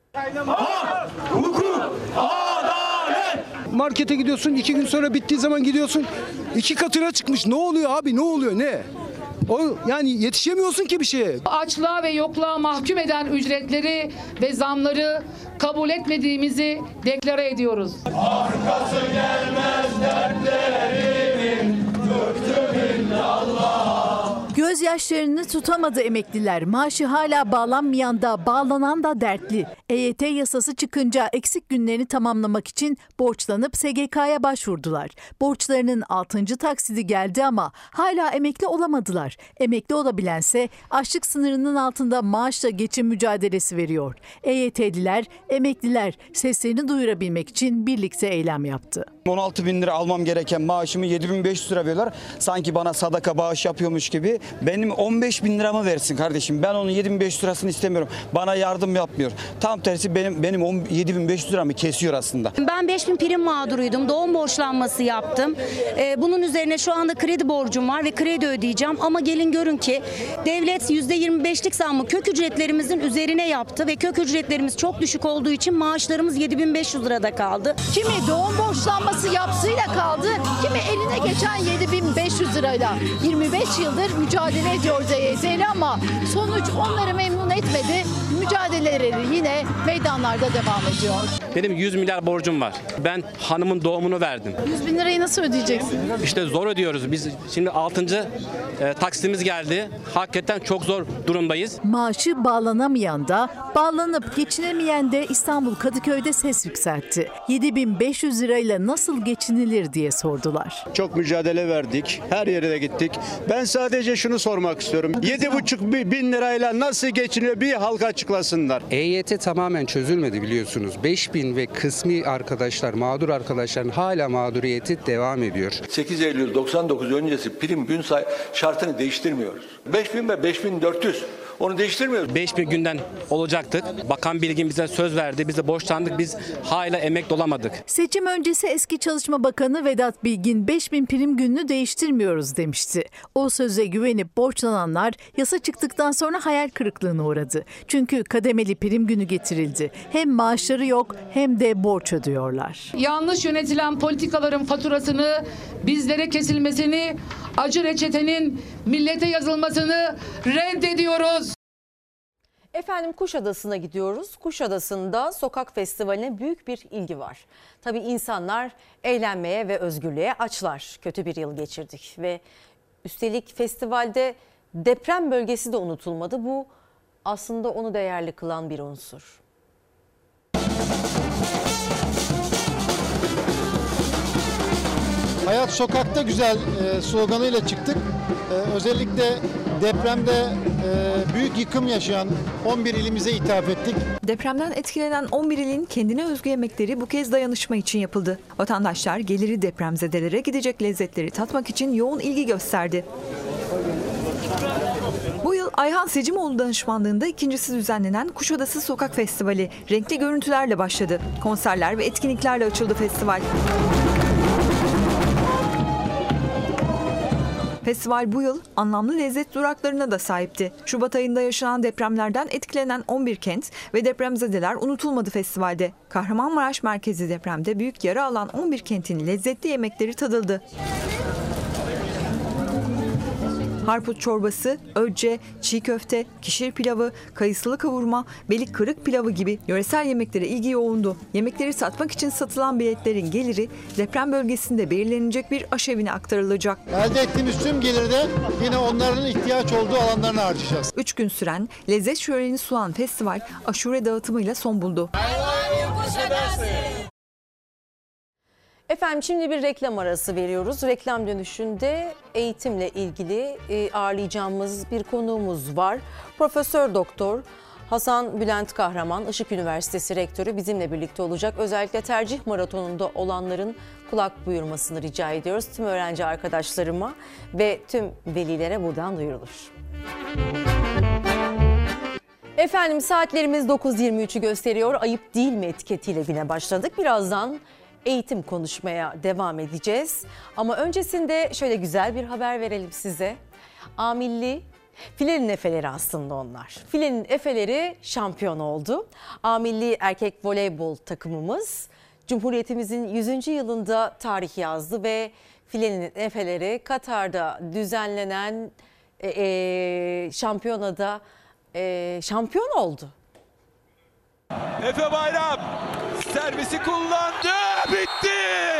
Hukuk, adalet. Markete gidiyorsun, 2 gün sonra bittiği zaman gidiyorsun. 2 katına çıkmış. Ne oluyor abi? Ne oluyor? Ne? Yani yetişemiyorsun ki bir şeye. Açlığa ve yokluğa mahkum eden ücretleri ve zamları kabul etmediğimizi deklare ediyoruz. Arkası gelmez dertlerimin, bıktım illallah. Gözyaşlarını tutamadı emekliler. Maaşı hala bağlanmayan da bağlanan da dertli. EYT yasası çıkınca eksik günlerini tamamlamak için borçlanıp SGK'ya başvurdular. Borçlarının 6. taksidi geldi ama hala emekli olamadılar. Emekli olabilense açlık sınırının altında maaşla geçim mücadelesi veriyor. EYT'liler, emekliler seslerini duyurabilmek için birlikte eylem yaptı. 16.000 lira almam gereken maaşımı 7.500 lira veriyorlar. Sanki bana sadaka bağış yapıyormuş gibi. Benim 15.000 liramı versin kardeşim. Ben onun 7.500 lirasını istemiyorum. Bana yardım yapmıyor. Tam tersi benim 7.500 liramı kesiyor aslında. Ben 5.000 prim mağduruydum. Doğum borçlanması yaptım. Bunun üzerine şu anda kredi borcum var ve kredi ödeyeceğim. Ama gelin görün ki devlet %25'lik zammı kök ücretlerimizin üzerine yaptı ve kök ücretlerimiz çok düşük olduğu için maaşlarımız 7.500 lirada kaldı. Kimi doğum borçlanması yapsıyla kaldı, kimi eline geçen 7.500 lirayla. 25 yıldır mücadele ediyor EYT'li ama sonuç onları memnun etmedi. Mücadeleleri yine meydanlarda devam ediyor. Benim 100 milyar borcum var. Ben hanımın doğumunu verdim. 100 bin lirayı nasıl ödeyeceksin? İşte zor ödüyoruz. Biz şimdi 6. taksitimiz geldi. Hakikaten çok zor durumdayız. Maaşı bağlanamayan da, bağlanıp geçinemeyen de İstanbul Kadıköy'de ses yükseltti. 7.500 lirayla nasıl geçinilir diye sordular. Çok mücadele verdik. Her yere de gittik. Ben sadece şunu sormak istiyorum. 7,5 bin lirayla nasıl geçiniyor bir halka açıklasınlar. EYT tamamen çözülmedi biliyorsunuz. 5.000 ve kısmi arkadaşlar, mağdur arkadaşların hala mağduriyeti devam ediyor. 8 Eylül 99 öncesi prim gün şartını değiştirmiyoruz. 5.000 ve 5.400. Onu değiştirmiyoruz. 5.000 günden olacaktık. Bakan Bilgin bize söz verdi. Biz de borçlandık. Biz hala emekli olamadık. Seçim öncesi eski Çalışma Bakanı Vedat Bilgin 5.000 prim gününü değiştirmiyoruz demişti. O söze güvenip borçlananlar yasa çıktıktan sonra hayal kırıklığına uğradı. Çünkü kademeli prim günü getirildi. Hem maaşları yok hem de borç ödüyorlar. Yanlış yönetilen politikaların faturasını, bizlere kesilmesini, acı reçetenin millete yazılmasını reddediyoruz. Efendim Kuşadası'na gidiyoruz. Kuşadası'nda sokak festivaline büyük bir ilgi var. Tabii insanlar eğlenmeye ve özgürlüğe açlar. Kötü bir yıl geçirdik ve üstelik festivalde deprem bölgesi de unutulmadı. Bu aslında onu değerli kılan bir unsur. Hayat sokakta güzel sloganıyla çıktık. Özellikle depremde büyük yıkım yaşayan 11 ilimize hitap ettik. Depremden etkilenen 11 ilin kendine özgü yemekleri bu kez dayanışma için yapıldı. Vatandaşlar geliri depremzedelere gidecek lezzetleri tatmak için yoğun ilgi gösterdi. Bu yıl Ayhan Secimoğlu danışmanlığında ikincisi düzenlenen Kuşadası Sokak Festivali renkli görüntülerle başladı. Konserler ve etkinliklerle açıldı festival. Festival bu yıl anlamlı lezzet duraklarına da sahipti. Şubat ayında yaşanan depremlerden etkilenen 11 kent ve depremzedeler unutulmadı festivalde. Kahramanmaraş merkezi depremde büyük yara alan 11 kentin lezzetli yemekleri tadıldı. Harput çorbası, öcce, çiğ köfte, kişir pilavı, kayısılı kavurma, belik kırık pilavı gibi yöresel yemeklere ilgi yoğundu. Yemekleri satmak için satılan biletlerin geliri deprem bölgesinde belirlenecek bir aşevine aktarılacak. Elde ettiğimiz tüm geliri de yine onların ihtiyaç olduğu alanlarına harcayacağız. 3 gün süren lezzet şöleni sunan festival aşure dağıtımıyla son buldu. Efendim şimdi bir reklam arası veriyoruz. Reklam dönüşünde eğitimle ilgili ağırlayacağımız bir konuğumuz var. Profesör Doktor Hasan Bülent Kahraman, Işık Üniversitesi Rektörü bizimle birlikte olacak. Özellikle tercih maratonunda olanların kulak buyurmasını rica ediyoruz. Tüm öğrenci arkadaşlarıma ve tüm velilere buradan duyurulur. Efendim saatlerimiz 9.23'ü gösteriyor. Ayıp değil mi etiketiyle güne başladık. Birazdan eğitim konuşmaya devam edeceğiz. Ama öncesinde şöyle güzel bir haber verelim size. A Milli Filenin Efeleri aslında onlar. Filenin Efeleri şampiyon oldu. A Milli erkek voleybol takımımız Cumhuriyetimizin 100. yılında tarih yazdı ve Filenin Efeleri Katar'da düzenlenen şampiyonada şampiyon oldu. Efe Bayram servisi kullandı. Bitti.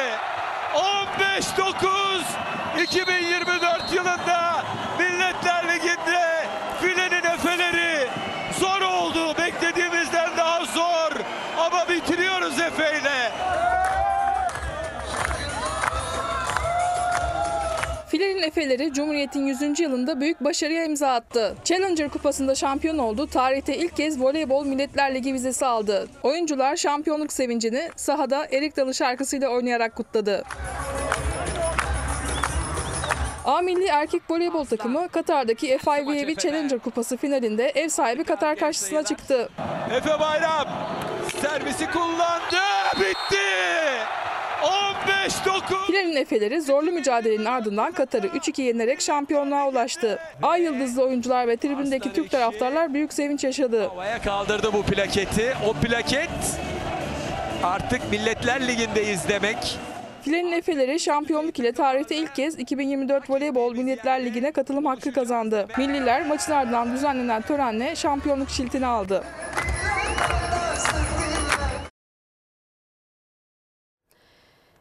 15-9 2024 yılında Milletler Ligi'nde Filenin Efeleri zor oldu. Beklediğimizden daha zor. Ama bitiriyoruz Efe'yle. Filenin Efeleri Cumhuriyet'in 100. yılında büyük başarıya imza attı. Challenger Kupası'nda şampiyon oldu. Tarihte ilk kez voleybol Milletler Ligi vizesi aldı. Oyuncular şampiyonluk sevincini sahada Erik Dalı şarkısıyla oynayarak kutladı. A Milli erkek voleybol takımı Katar'daki FIVB Challenger Kupası finalinde ev sahibi Katar karşısına çıktı. Efe Bayram servisi kullandı. Bitti. 15-9. Filenin Efeleri zorlu mücadelenin ardından Katar'ı 3-2 yenerek şampiyonluğa ulaştı. Ay yıldızlı oyuncular ve tribündeki Türk taraftarlar büyük sevinç yaşadı. Havaya kaldırdı bu plaketi. O plaket artık Milletler Ligi'ndeyiz demek. Filenin Efeleri şampiyonluk ile tarihte ilk kez 2024 Voleybol Milletler Ligi'ne katılım hakkı kazandı. Milliler maçın ardından düzenlenen törenle şampiyonluk şiltini aldı.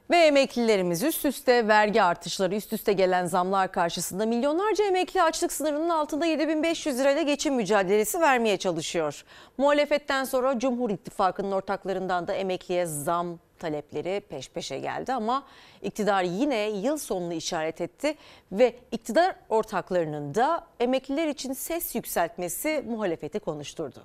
Ve emeklilerimiz üst üste vergi artışları, üst üste gelen zamlar karşısında milyonlarca emekli açlık sınırının altında 7.500 lirayla geçim mücadelesi vermeye çalışıyor. Muhalefetten sonra Cumhur İttifakı'nın ortaklarından da emekliye zam talepleri peş peşe geldi ama iktidar yine yıl sonunu işaret etti ve iktidar ortaklarının da emekliler için ses yükseltmesi muhalefeti konuşturdu.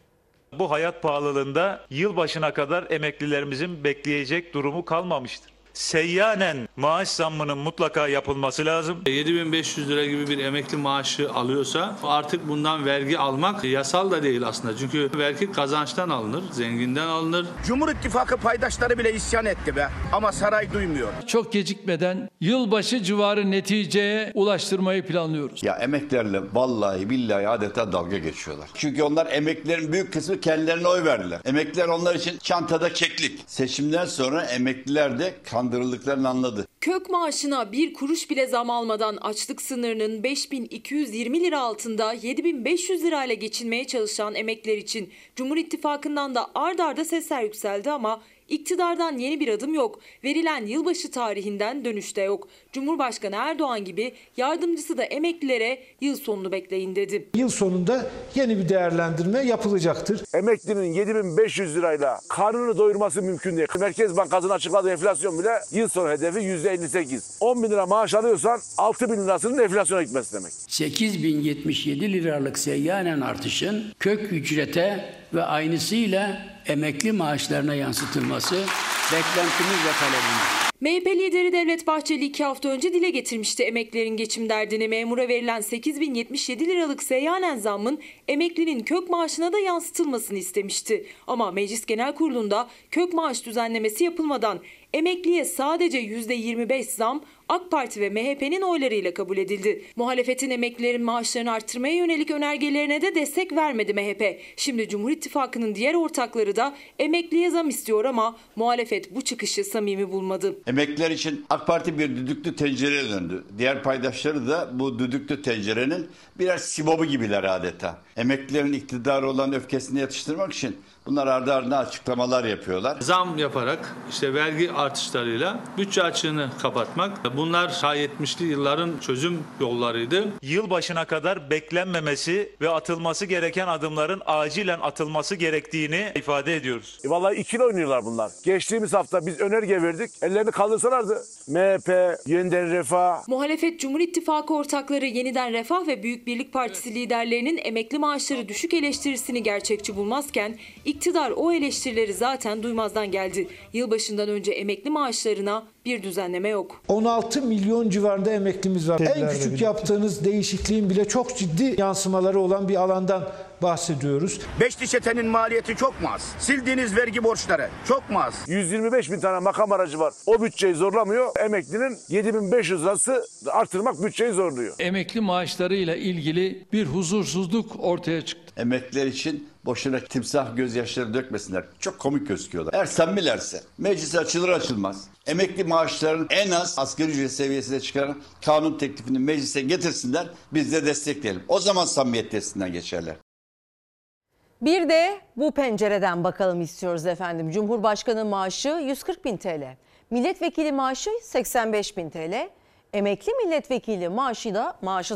Bu hayat pahalılığında yılbaşına kadar emeklilerimizin bekleyecek durumu kalmamıştır. Seyyanen maaş zammının mutlaka yapılması lazım. 7.500 lira gibi bir emekli maaşı alıyorsa artık bundan vergi almak yasal da değil aslında. Çünkü vergi kazançtan alınır, zenginden alınır. Cumhur İttifakı paydaşları bile isyan etti be ama saray duymuyor. Çok gecikmeden yılbaşı civarı neticeye ulaştırmayı planlıyoruz. Ya emeklilerle vallahi billahi adeta dalga geçiyorlar. Çünkü onlar emeklilerin büyük kısmı kendilerine oy verdiler. Emekliler onlar için çantada keklik. Seçimden sonra emekliler de kandırıldıklarını anladı. Kök maaşına bir kuruş bile zam almadan açlık sınırının 5.220 lira altında 7.500 lirayla geçinmeye çalışan emekliler için Cumhur İttifakı'ndan da ard arda sesler yükseldi ama iktidardan yeni bir adım yok. Verilen yılbaşı tarihinden dönüş de yok. Cumhurbaşkanı Erdoğan gibi yardımcısı da emeklilere yıl sonunu bekleyin dedi. Yıl sonunda yeni bir değerlendirme yapılacaktır. Emeklinin 7.500 lirayla karnını doyurması mümkün değil. Merkez Bankası'nın açıkladığı enflasyon bile yıl sonu hedefi %58. 10 bin lira maaş alıyorsan 6 bin lirasının enflasyona gitmesi demek. 8.077 liralık seyyanen artışın kök ücrete ve aynısıyla emekli maaşlarına yansıtılması beklentimiz ve talebimiz. MHP lideri Devlet Bahçeli 2 hafta önce dile getirmişti emeklilerin geçim derdini. Memura verilen 8.077 liralık seyyanen zammın emeklinin kök maaşına da yansıtılmasını istemişti. Ama Meclis Genel Kurulu'nda kök maaş düzenlemesi yapılmadan emekliye sadece %25 zam AK Parti ve MHP'nin oylarıyla kabul edildi. Muhalefetin emeklilerin maaşlarını arttırmaya yönelik önergelerine de destek vermedi MHP. Şimdi Cumhur İttifakı'nın diğer ortakları da emekliye zam istiyor ama muhalefet bu çıkışı samimi bulmadı. Emekliler için AK Parti bir düdüklü tencereye döndü. Diğer paydaşları da bu düdüklü tencerenin birer sibobu gibiler adeta. Emeklilerin iktidarı olan öfkesini yatıştırmak için bunlar ardı ardına açıklamalar yapıyorlar. Zam yaparak işte vergi artışlarıyla bütçe açığını kapatmak, bunlar 70'li yılların çözüm yollarıydı. Yılbaşına kadar beklenmemesi ve atılması gereken adımların acilen atılması gerektiğini ifade ediyoruz. Vallahi ikili oynuyorlar bunlar. Geçtiğimiz hafta biz önerge verdik. Ellerini kaldırsalardı. MHP, Yeniden Refah. Muhalefet Cumhur İttifakı ortakları Yeniden Refah ve Büyük Birlik Partisi liderlerinin emekli maaşları düşük eleştirisini gerçekçi bulmazken iktidar o eleştirileri zaten duymazdan geldi. Yılbaşından önce emekli maaşlarına bir düzenleme yok. 16 milyon civarında emeklimiz var. En küçük yaptığınız değişikliğin bile çok ciddi yansımaları olan bir alandan bahsediyoruz. Beşli çetenin maliyeti çok mu az? Sildiğiniz vergi borçları çok mu az? 125 bin tane makam aracı var. O bütçeyi zorlamıyor. Emeklinin 7.500 lirası artırmak bütçeyi zorluyor. Emekli maaşlarıyla ilgili bir huzursuzluk ortaya çıktı. Emekliler için boşuna timsah gözyaşları dökmesinler. Çok komik gözüküyorlar. Eğer samimilerse meclis açılır açılmaz emekli maaşlarının en az asgari ücret seviyesine çıkaran kanun teklifini meclise getirsinler. Biz de destekleyelim. O zaman samimiyet testinden geçerler. Bir de bu pencereden bakalım istiyoruz efendim. Cumhurbaşkanı maaşı 140.000 TL. Milletvekili maaşı 85.000 TL. Emekli milletvekili maaşı da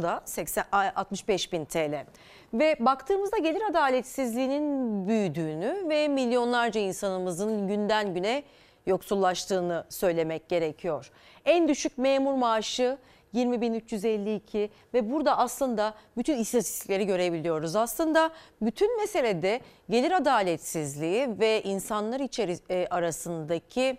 65.000 TL. Ve baktığımızda gelir adaletsizliğinin büyüdüğünü ve milyonlarca insanımızın günden güne yoksullaştığını söylemek gerekiyor. En düşük memur maaşı 20.352 ve burada aslında bütün istatistikleri görebiliyoruz. Aslında bütün meselede gelir adaletsizliği ve insanlar arasındaki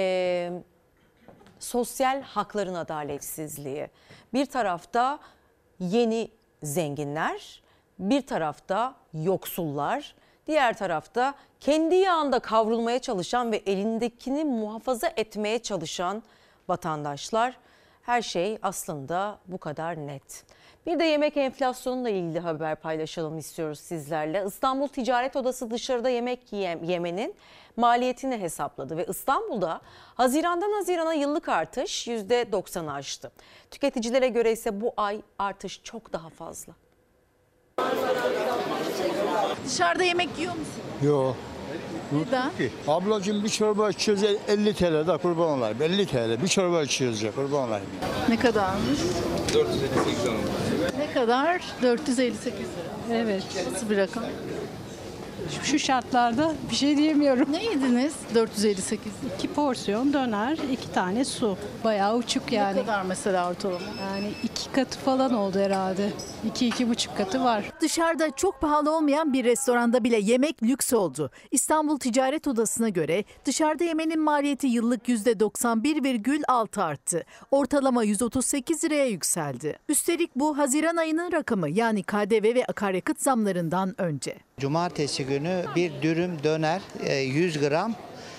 sosyal hakların adaletsizliği. Bir tarafta yeni zenginler, bir tarafta yoksullar, diğer tarafta kendi yağında kavrulmaya çalışan ve elindekini muhafaza etmeye çalışan vatandaşlar. Her şey aslında bu kadar net. Bir de yemek enflasyonuyla ilgili haber paylaşalım istiyoruz sizlerle. İstanbul Ticaret Odası dışarıda yemek yemenin maliyetini hesapladı ve İstanbul'da Haziran'dan Haziran'a yıllık artış %90'ı aştı. Tüketicilere göre ise bu ay artış çok daha fazla. Dışarıda yemek yiyor musun? Yok. Neden? Ablacığım bir çorba içiyoruz 50 TL da kurban olayım. 50 TL bir çorba içiyoruz ya kurban olayım. Ne kadarmış? 458 lira. Ne kadar? 458 lira. Evet. Nasıl bir rakam? Şu şartlarda bir şey diyemiyorum. Ne yediniz 458 lira? 2 porsiyon döner, 2 tane su. Bayağı uçuk yani. Ne kadar mesela ortalama? Yani 2 katı falan oldu herhalde. 2-2,5 katı var. Dışarıda çok pahalı olmayan bir restoranda bile yemek lüks oldu. İstanbul Ticaret Odası'na göre dışarıda yemenin maliyeti yıllık %91,6 arttı. Ortalama 138 liraya yükseldi. Üstelik bu Haziran ayının rakamı, yani KDV ve akaryakıt zamlarından önce. Cumartesi günü bir dürüm döner 100 gram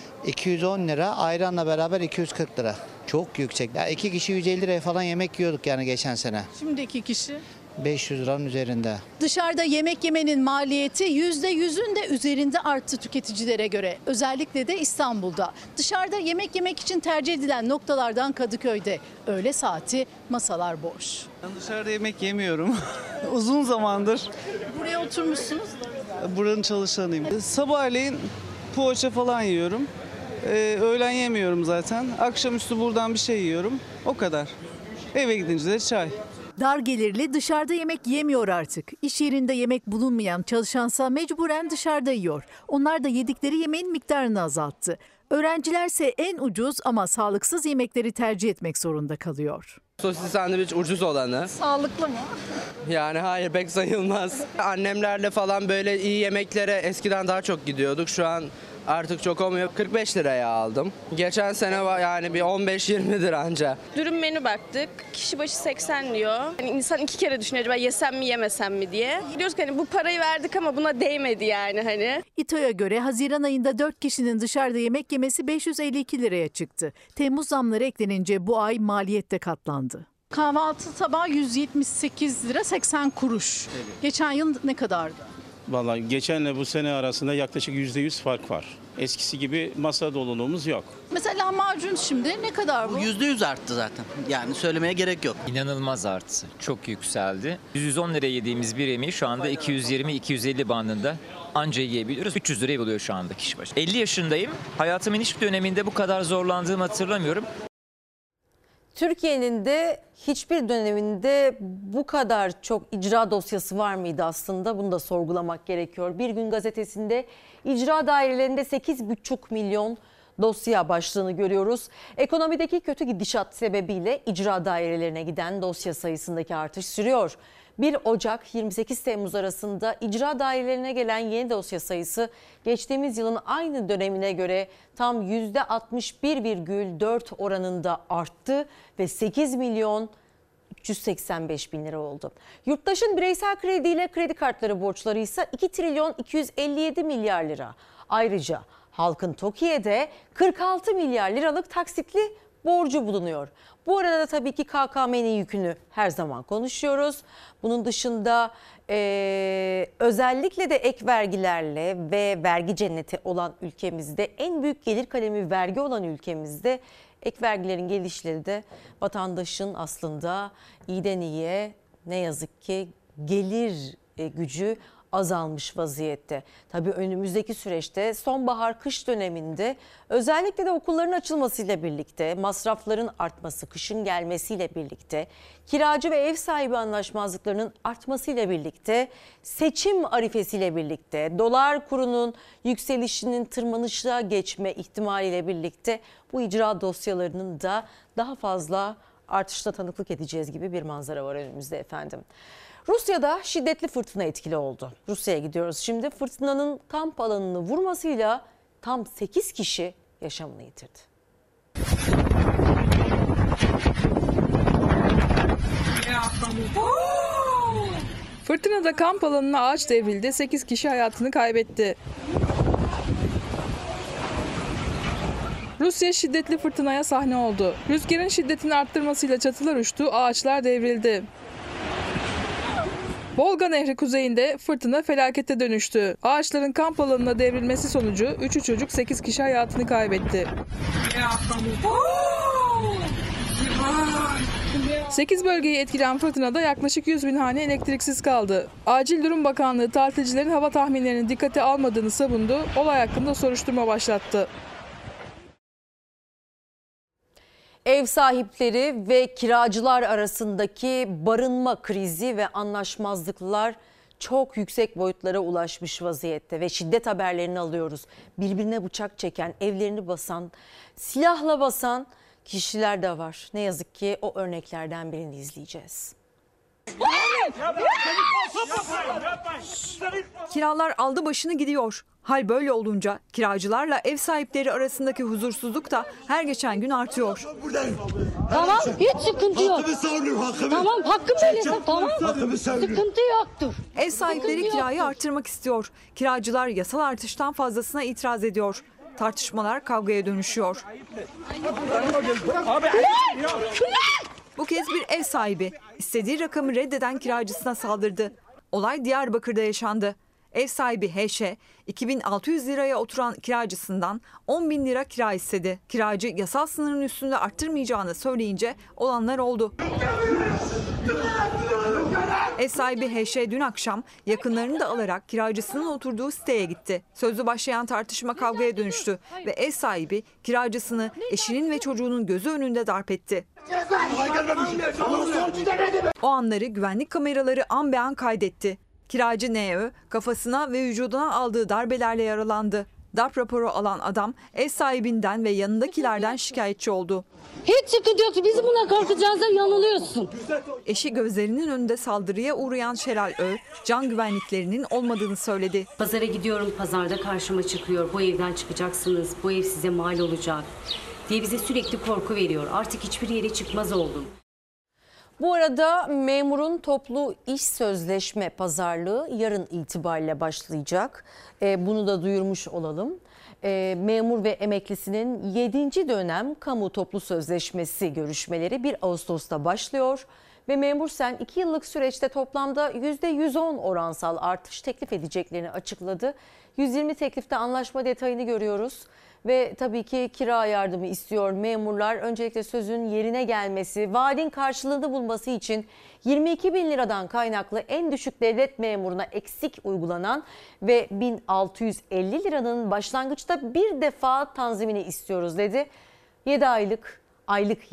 210 lira, ayranla beraber 240 lira. Çok yüksek. Ya 2 kişi 150 liraya falan yemek yiyorduk yani geçen sene. Şimdi 2 kişi. 500 liranın üzerinde. Dışarıda yemek yemenin maliyeti %100'ün de üzerinde arttı tüketicilere göre. Özellikle de İstanbul'da. Dışarıda yemek yemek için tercih edilen noktalardan Kadıköy'de. Öğle saati masalar boş. Ben dışarıda yemek yemiyorum. Uzun zamandır. Buraya oturmuşsunuz. Buranın çalışanıyım. Sabahleyin poğaça falan yiyorum. Öğlen yemiyorum zaten. Akşamüstü buradan bir şey yiyorum. O kadar. Eve gidince de çay. Dar gelirli dışarıda yemek yemiyor artık. İş yerinde yemek bulunmayan çalışansa mecburen dışarıda yiyor. Onlar da yedikleri yemeğin miktarını azalttı. Öğrencilerse en ucuz ama sağlıksız yemekleri tercih etmek zorunda kalıyor. Sosisli sandviç ucuz olanı. Sağlıklı mı? Yani hayır, pek sayılmaz. Annemlerle falan böyle iyi yemeklere eskiden daha çok gidiyorduk. Şu an artık çok olmuyor. 45 liraya aldım. Geçen sene yani bir 15-20 lira anca. Dürüm menü baktık. Kişi başı 80 diyor. Yani insan 2 kere düşünüyor acaba yesem mi yemesem mi diye. Diyoruz ki hani bu parayı verdik ama buna değmedi yani hani. İTO'ya göre Haziran ayında 4 kişinin dışarıda yemek yemesi 552 liraya çıktı. Temmuz zamları eklenince bu ay maliyet de katlandı. Kahvaltı tabağı 178 lira 80 kuruş. Evet. Geçen yıl ne kadardı? Vallahi geçenle bu sene arasında yaklaşık %100 fark var. Eskisi gibi masa doluluğumuz yok. Mesela lahmacun şimdi ne kadar bu? %100 arttı zaten. Yani söylemeye gerek yok. İnanılmaz arttı. Çok yükseldi. 110 liraya yediğimiz bir yemeği şu anda 220-250 bandında anca yiyebiliyoruz. 300 liraya buluyor şu anda kişi başı. 50 yaşındayım. Hayatımın hiçbir döneminde bu kadar zorlandığımı hatırlamıyorum. Türkiye'nin de hiçbir döneminde bu kadar çok icra dosyası var mıydı aslında? Bunu da sorgulamak gerekiyor. Bir Gün Gazetesi'nde icra dairelerinde 8,5 milyon dosya başlığını görüyoruz. Ekonomideki kötü gidişat sebebiyle icra dairelerine giden dosya sayısındaki artış sürüyor. 1 Ocak 28 Temmuz arasında icra dairelerine gelen yeni dosya sayısı geçtiğimiz yılın aynı dönemine göre tam %61,4 oranında arttı ve 8 milyon 385 bin lira oldu. Yurttaşın bireysel krediyle kredi kartları borçları ise 2 trilyon 257 milyar lira. Ayrıca halkın TOKİ'de 46 milyar liralık taksitli borcu bulunuyor. Bu arada da tabii ki KKM'nin yükünü her zaman konuşuyoruz. Bunun dışında özellikle de ek vergilerle ve vergi cenneti olan ülkemizde, en büyük gelir kalemi vergi olan ülkemizde ek vergilerin gelişleri de vatandaşın aslında iyiden iyiye ne yazık ki gelir gücü azalmış vaziyette. Tabii önümüzdeki süreçte sonbahar kış döneminde özellikle de okulların açılmasıyla birlikte, masrafların artması, kışın gelmesiyle birlikte, kiracı ve ev sahibi anlaşmazlıklarının artmasıyla birlikte, seçim arifesiyle birlikte, dolar kurunun yükselişinin tırmanışa geçme ihtimaliyle birlikte bu icra dosyalarının da daha fazla artışına tanıklık edeceğiz gibi bir manzara var önümüzde efendim. Rusya'da şiddetli fırtına etkili oldu. Rusya'ya gidiyoruz şimdi. Fırtınanın kamp alanını vurmasıyla tam 8 kişi yaşamını yitirdi. Fırtınada kamp alanına ağaç devrildi, 8 kişi hayatını kaybetti. Rusya şiddetli fırtınaya sahne oldu. Rüzgarın şiddetini arttırmasıyla çatılar uçtu, ağaçlar devrildi. Volga Nehri kuzeyinde fırtına felakete dönüştü. Ağaçların kamp alanına devrilmesi sonucu 3 çocuk 8 kişi hayatını kaybetti. 8 bölgeyi etkileyen fırtınada yaklaşık 100 bin hane elektriksiz kaldı. Acil Durum Bakanlığı tatilcilerin hava tahminlerini dikkate almadığını savundu, olay hakkında soruşturma başlattı. Ev sahipleri ve kiracılar arasındaki barınma krizi ve anlaşmazlıklar çok yüksek boyutlara ulaşmış vaziyette ve şiddet haberlerini alıyoruz. Birbirine bıçak çeken, evlerini basan, silahla basan kişiler de var. Ne yazık ki o örneklerden birini izleyeceğiz. Kiralar aldı başını gidiyor. Hal böyle olunca kiracılarla ev sahipleri arasındaki huzursuzluk da her geçen gün artıyor. Tamam, hiç sıkıntı yok. Tamam, hakkım öyleyse tamam. Sıkıntı yoktur. Ev sahipleri kirayı arttırmak istiyor. Kiracılar yasal artıştan fazlasına itiraz ediyor. Tartışmalar kavgaya dönüşüyor. Bu kez bir ev sahibi istediği rakamı reddeden kiracısına saldırdı. Olay Diyarbakır'da yaşandı. Ev sahibi H.Ş. 2600 liraya oturan kiracısından 10.000 lira kira istedi. Kiracı yasal sınırın üstünde arttırmayacağını söyleyince olanlar oldu. Ev sahibi H.Ş. dün akşam yakınlarını da alarak kiracısının oturduğu siteye gitti. Sözlü başlayan tartışma kavgaya dönüştü ve ev sahibi kiracısını eşinin ve çocuğunun gözü önünde darp etti. O anları güvenlik kameraları an be an kaydetti. Kiracı N.Ö. kafasına ve vücuduna aldığı darbelerle yaralandı. Darp raporu alan adam ev sahibinden ve yanındakilerden şikayetçi oldu. Hiç sıkıntı yok. Biz buna korkacağınızda yanılıyorsun. Eşi gözlerinin önünde saldırıya uğrayan Şeral Ö, can güvenliklerinin olmadığını söyledi. Pazara gidiyorum, pazarda karşıma çıkıyor. Bu evden çıkacaksınız, bu ev size mal olacak diye bize sürekli korku veriyor. Artık hiçbir yere çıkmaz oldum. Bu arada memurun toplu iş sözleşme pazarlığı yarın itibariyle başlayacak. Bunu da duyurmuş olalım. Memur ve emeklisinin 7. dönem kamu toplu sözleşmesi görüşmeleri 1 Ağustos'ta başlıyor. Ve Memursen 2 yıllık süreçte toplamda %110 oransal artış teklif edeceklerini açıkladı. 120 teklifte anlaşma detayını görüyoruz. Ve tabii ki kira yardımı istiyor memurlar. Öncelikle sözün yerine gelmesi, vaadin karşılığını bulması için 22 bin liradan kaynaklı en düşük devlet memuruna eksik uygulanan ve 1650 liranın başlangıçta bir defa tanzimini istiyoruz dedi. 7 aylık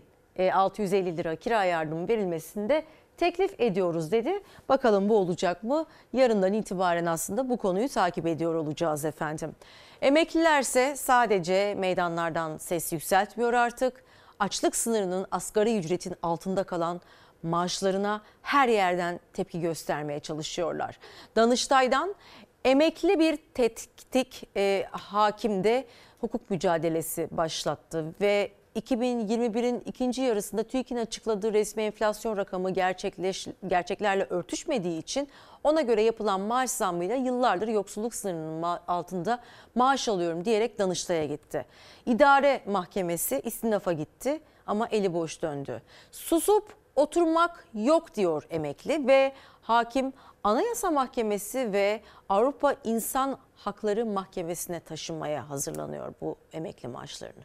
7.650 lira kira yardımı verilmesinde teklif ediyoruz dedi. Bakalım bu olacak mı? Yarından itibaren aslında bu konuyu takip ediyor olacağız efendim. Emeklilerse sadece meydanlardan ses yükseltmiyor artık. Açlık sınırının asgari ücretin altında kalan maaşlarına her yerden tepki göstermeye çalışıyorlar. Danıştay'dan emekli bir tetkik hakim de hukuk mücadelesi başlattı ve 2021'in ikinci yarısında TÜİK'in açıkladığı resmi enflasyon rakamı gerçeklerle örtüşmediği için ona göre yapılan maaş zammıyla yıllardır yoksulluk sınırının altında maaş alıyorum diyerek Danıştay'a gitti. İdare Mahkemesi istinafa gitti ama eli boş döndü. Susup oturmak yok diyor emekli ve hakim Anayasa Mahkemesi ve Avrupa İnsan Hakları Mahkemesi'ne taşınmaya hazırlanıyor bu emekli maaşlarını.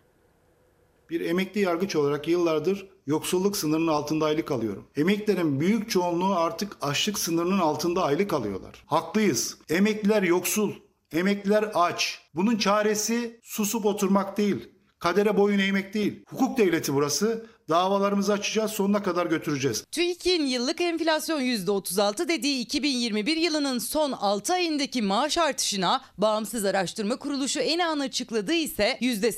Bir emekli yargıç olarak yıllardır yoksulluk sınırının altında aylık alıyorum. Emeklilerin büyük çoğunluğu artık açlık sınırının altında aylık alıyorlar. Haklıyız. Emekliler yoksul, emekliler aç. Bunun çaresi susup oturmak değil, kadere boyun eğmek değil. Hukuk devleti burası. Davalarımızı açacağız, sonuna kadar götüreceğiz. TÜİK'in yıllık enflasyon %36 dediği 2021 yılının son 6 ayındaki maaş artışına Bağımsız Araştırma Kuruluşu ENA'nın açıkladığı ise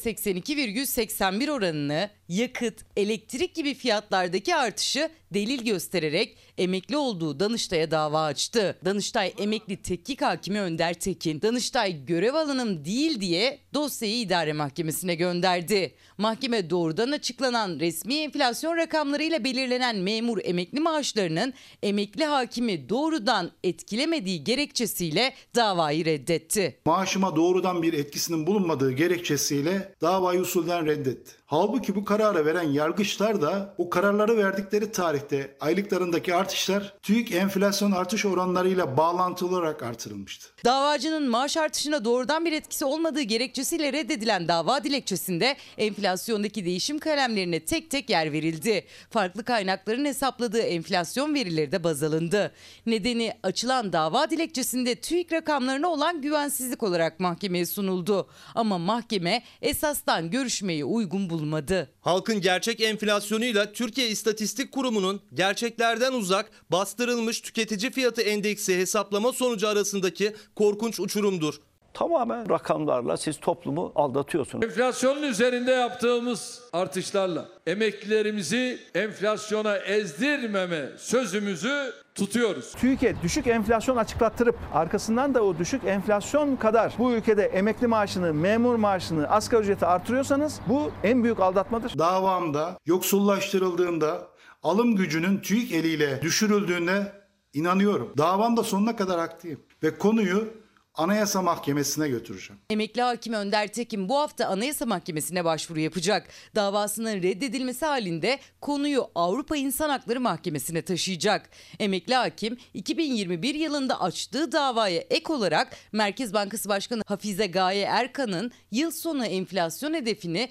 %82,81 oranını yakıt, elektrik gibi fiyatlardaki artışı delil göstererek emekli olduğu Danıştay'a dava açtı. Danıştay Emekli Tetkik Hakimi Önder Tekin, Danıştay görev alanım değil diye dosyayı idare mahkemesine gönderdi. Mahkeme doğrudan açıklanan resmi enflasyon rakamlarıyla belirlenen memur emekli maaşlarının emekli hakimi doğrudan etkilemediği gerekçesiyle davayı reddetti. Maaşıma doğrudan bir etkisinin bulunmadığı gerekçesiyle davayı usulden reddetti. Halbuki bu kararı veren yargıçlar da o kararları verdikleri tarihte aylıklarındaki artışlar TÜİK enflasyon artış oranlarıyla bağlantılı olarak artırılmıştı. Davacının maaş artışına doğrudan bir etkisi olmadığı gerekçesiyle reddedilen dava dilekçesinde enflasyondaki değişim kalemlerine tek tek yer verildi. Farklı kaynakların hesapladığı enflasyon verileri de baz alındı. Nedeni açılan dava dilekçesinde TÜİK rakamlarına olan güvensizlik olarak mahkemeye sunuldu. Ama mahkeme esastan görüşmeyi uygun bulmadı. Halkın gerçek enflasyonuyla Türkiye İstatistik Kurumu'nun gerçeklerden uzak bastırılmış tüketici fiyatı endeksi hesaplama sonucu arasındaki korkunç uçurumdur. Tamamen rakamlarla siz toplumu aldatıyorsunuz. Enflasyonun üzerinde yaptığımız artışlarla emeklilerimizi enflasyona ezdirmeme sözümüzü tutuyoruz. TÜİK'e düşük enflasyon açıklattırıp arkasından da o düşük enflasyon kadar bu ülkede emekli maaşını, memur maaşını, asgari ücreti artırıyorsanız bu en büyük aldatmadır. Davamda yoksullaştırıldığında alım gücünün TÜİK eliyle düşürüldüğüne inanıyorum. Davamda sonuna kadar haklıyım ve konuyu Anayasa Mahkemesi'ne götüreceğim. Emekli hakim Önder Tekin bu hafta Anayasa Mahkemesi'ne başvuru yapacak. Davasının reddedilmesi halinde konuyu Avrupa İnsan Hakları Mahkemesi'ne taşıyacak. Emekli hakim 2021 yılında açtığı davaya ek olarak Merkez Bankası Başkanı Hafize Gaye Erkan'ın yıl sonu enflasyon hedefini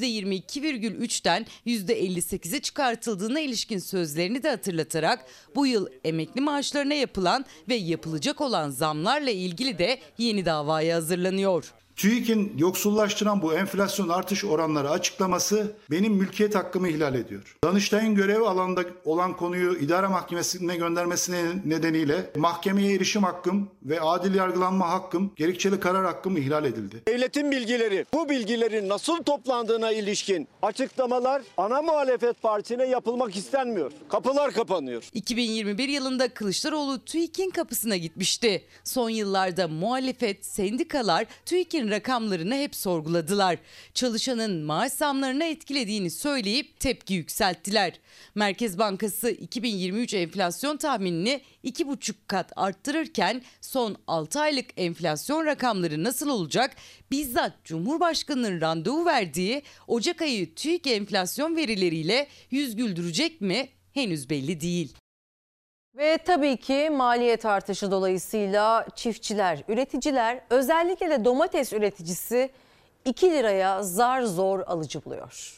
%22,3'ten %58'e çıkartıldığına ilişkin sözlerini de hatırlatarak bu yıl emekli maaşlarına yapılan ve yapılacak olan zamlarla ilgili de yeni davaya hazırlanıyor. TÜİK'in yoksullaştıran bu enflasyon artış oranları açıklaması benim mülkiyet hakkımı ihlal ediyor. Danıştay'ın görev alanında olan konuyu idare mahkemesine göndermesi nedeniyle mahkemeye erişim hakkım ve adil yargılanma hakkım, gerekçeli karar hakkım ihlal edildi. Devletin bilgileri, bu bilgilerin nasıl toplandığına ilişkin açıklamalar ana muhalefet partisine yapılmak istenmiyor. Kapılar kapanıyor. 2021 yılında Kılıçdaroğlu TÜİK'in kapısına gitmişti. Son yıllarda muhalefet, sendikalar TÜİK'in rakamlarını hep sorguladılar. Çalışanın maaş zamlarına etkilediğini söyleyip tepki yükselttiler. Merkez Bankası 2023 enflasyon tahminini 2,5 kat arttırırken son 6 aylık enflasyon rakamları nasıl olacak? Bizzat Cumhurbaşkanı'nın randevu verdiği Ocak ayı TÜİK enflasyon verileriyle yüz güldürecek mi? Henüz belli değil. Ve tabii ki maliyet artışı dolayısıyla çiftçiler, üreticiler, özellikle de domates üreticisi 2 liraya zar zor alıcı buluyor.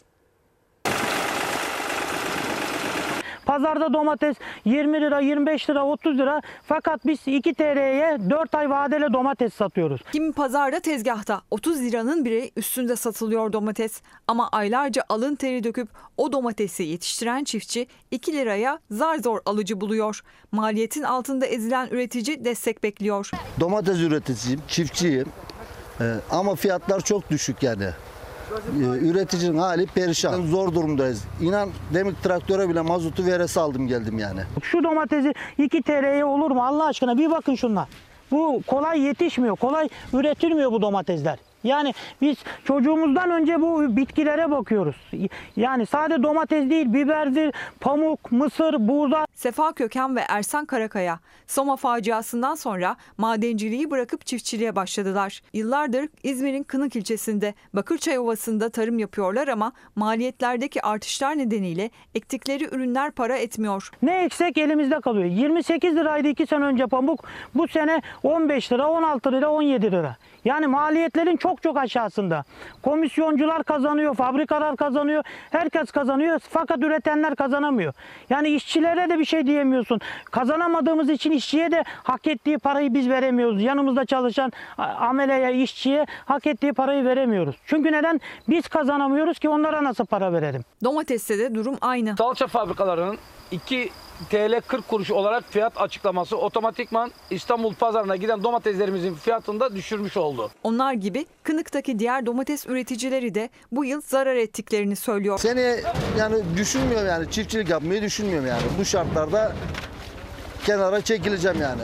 Pazarda domates 20 lira, 25 lira, 30 lira fakat biz 2 TL'ye 4 ay vadeli domates satıyoruz. Kimi pazarda tezgahta 30 liranın biri üstünde satılıyor domates. Ama aylarca alın teri döküp o domatesi yetiştiren çiftçi 2 liraya zar zor alıcı buluyor. Maliyetin altında ezilen üretici destek bekliyor. Domates üreticisiyim, çiftçiyim ama fiyatlar çok düşük yani. Üreticinin hali perişan. Zor durumdayız. İnan demin traktöre bile mazotu veresi aldım geldim yani. Şu domatesi 2 TL'ye olur mu Allah aşkına bir bakın şunlar. Bu kolay yetişmiyor, kolay üretilmiyor bu domatesler. Yani biz çocuğumuzdan önce bu bitkilere bakıyoruz. Yani sadece domates değil, biberdir, pamuk, mısır, buğday. Sefa Köken ve Ersan Karakaya, Soma faciasından sonra madenciliği bırakıp çiftçiliğe başladılar. Yıllardır İzmir'in Kınık ilçesinde Bakırçay Ovası'nda tarım yapıyorlar ama maliyetlerdeki artışlar nedeniyle ektikleri ürünler para etmiyor. Ne eksek elimizde kalıyor. 28 liraydı 2 sene önce pamuk, bu sene 15 lira, 16 lira, 17 lira. Yani maliyetlerin çok aşağısında. Komisyoncular kazanıyor, fabrikalar kazanıyor, herkes kazanıyor fakat üretenler kazanamıyor. Yani işçilere de bir şey diyemiyorsun. Kazanamadığımız için işçiye de hak ettiği parayı biz veremiyoruz. Yanımızda çalışan ameleye, işçiye hak ettiği parayı veremiyoruz. Çünkü neden? Biz kazanamıyoruz ki onlara nasıl para verelim? Domateste de durum aynı. Salça fabrikalarının 2 TL 40 kuruş olarak fiyat açıklaması otomatikman İstanbul pazarına giden domateslerimizin fiyatını da düşürmüş oldu. Onlar gibi Kınık'taki diğer domates üreticileri de bu yıl zarar ettiklerini söylüyor. Seni yani düşünmüyorum yani çiftçilik yapmayı düşünmüyorum yani. Bu şartlarda kenara çekileceğim yani.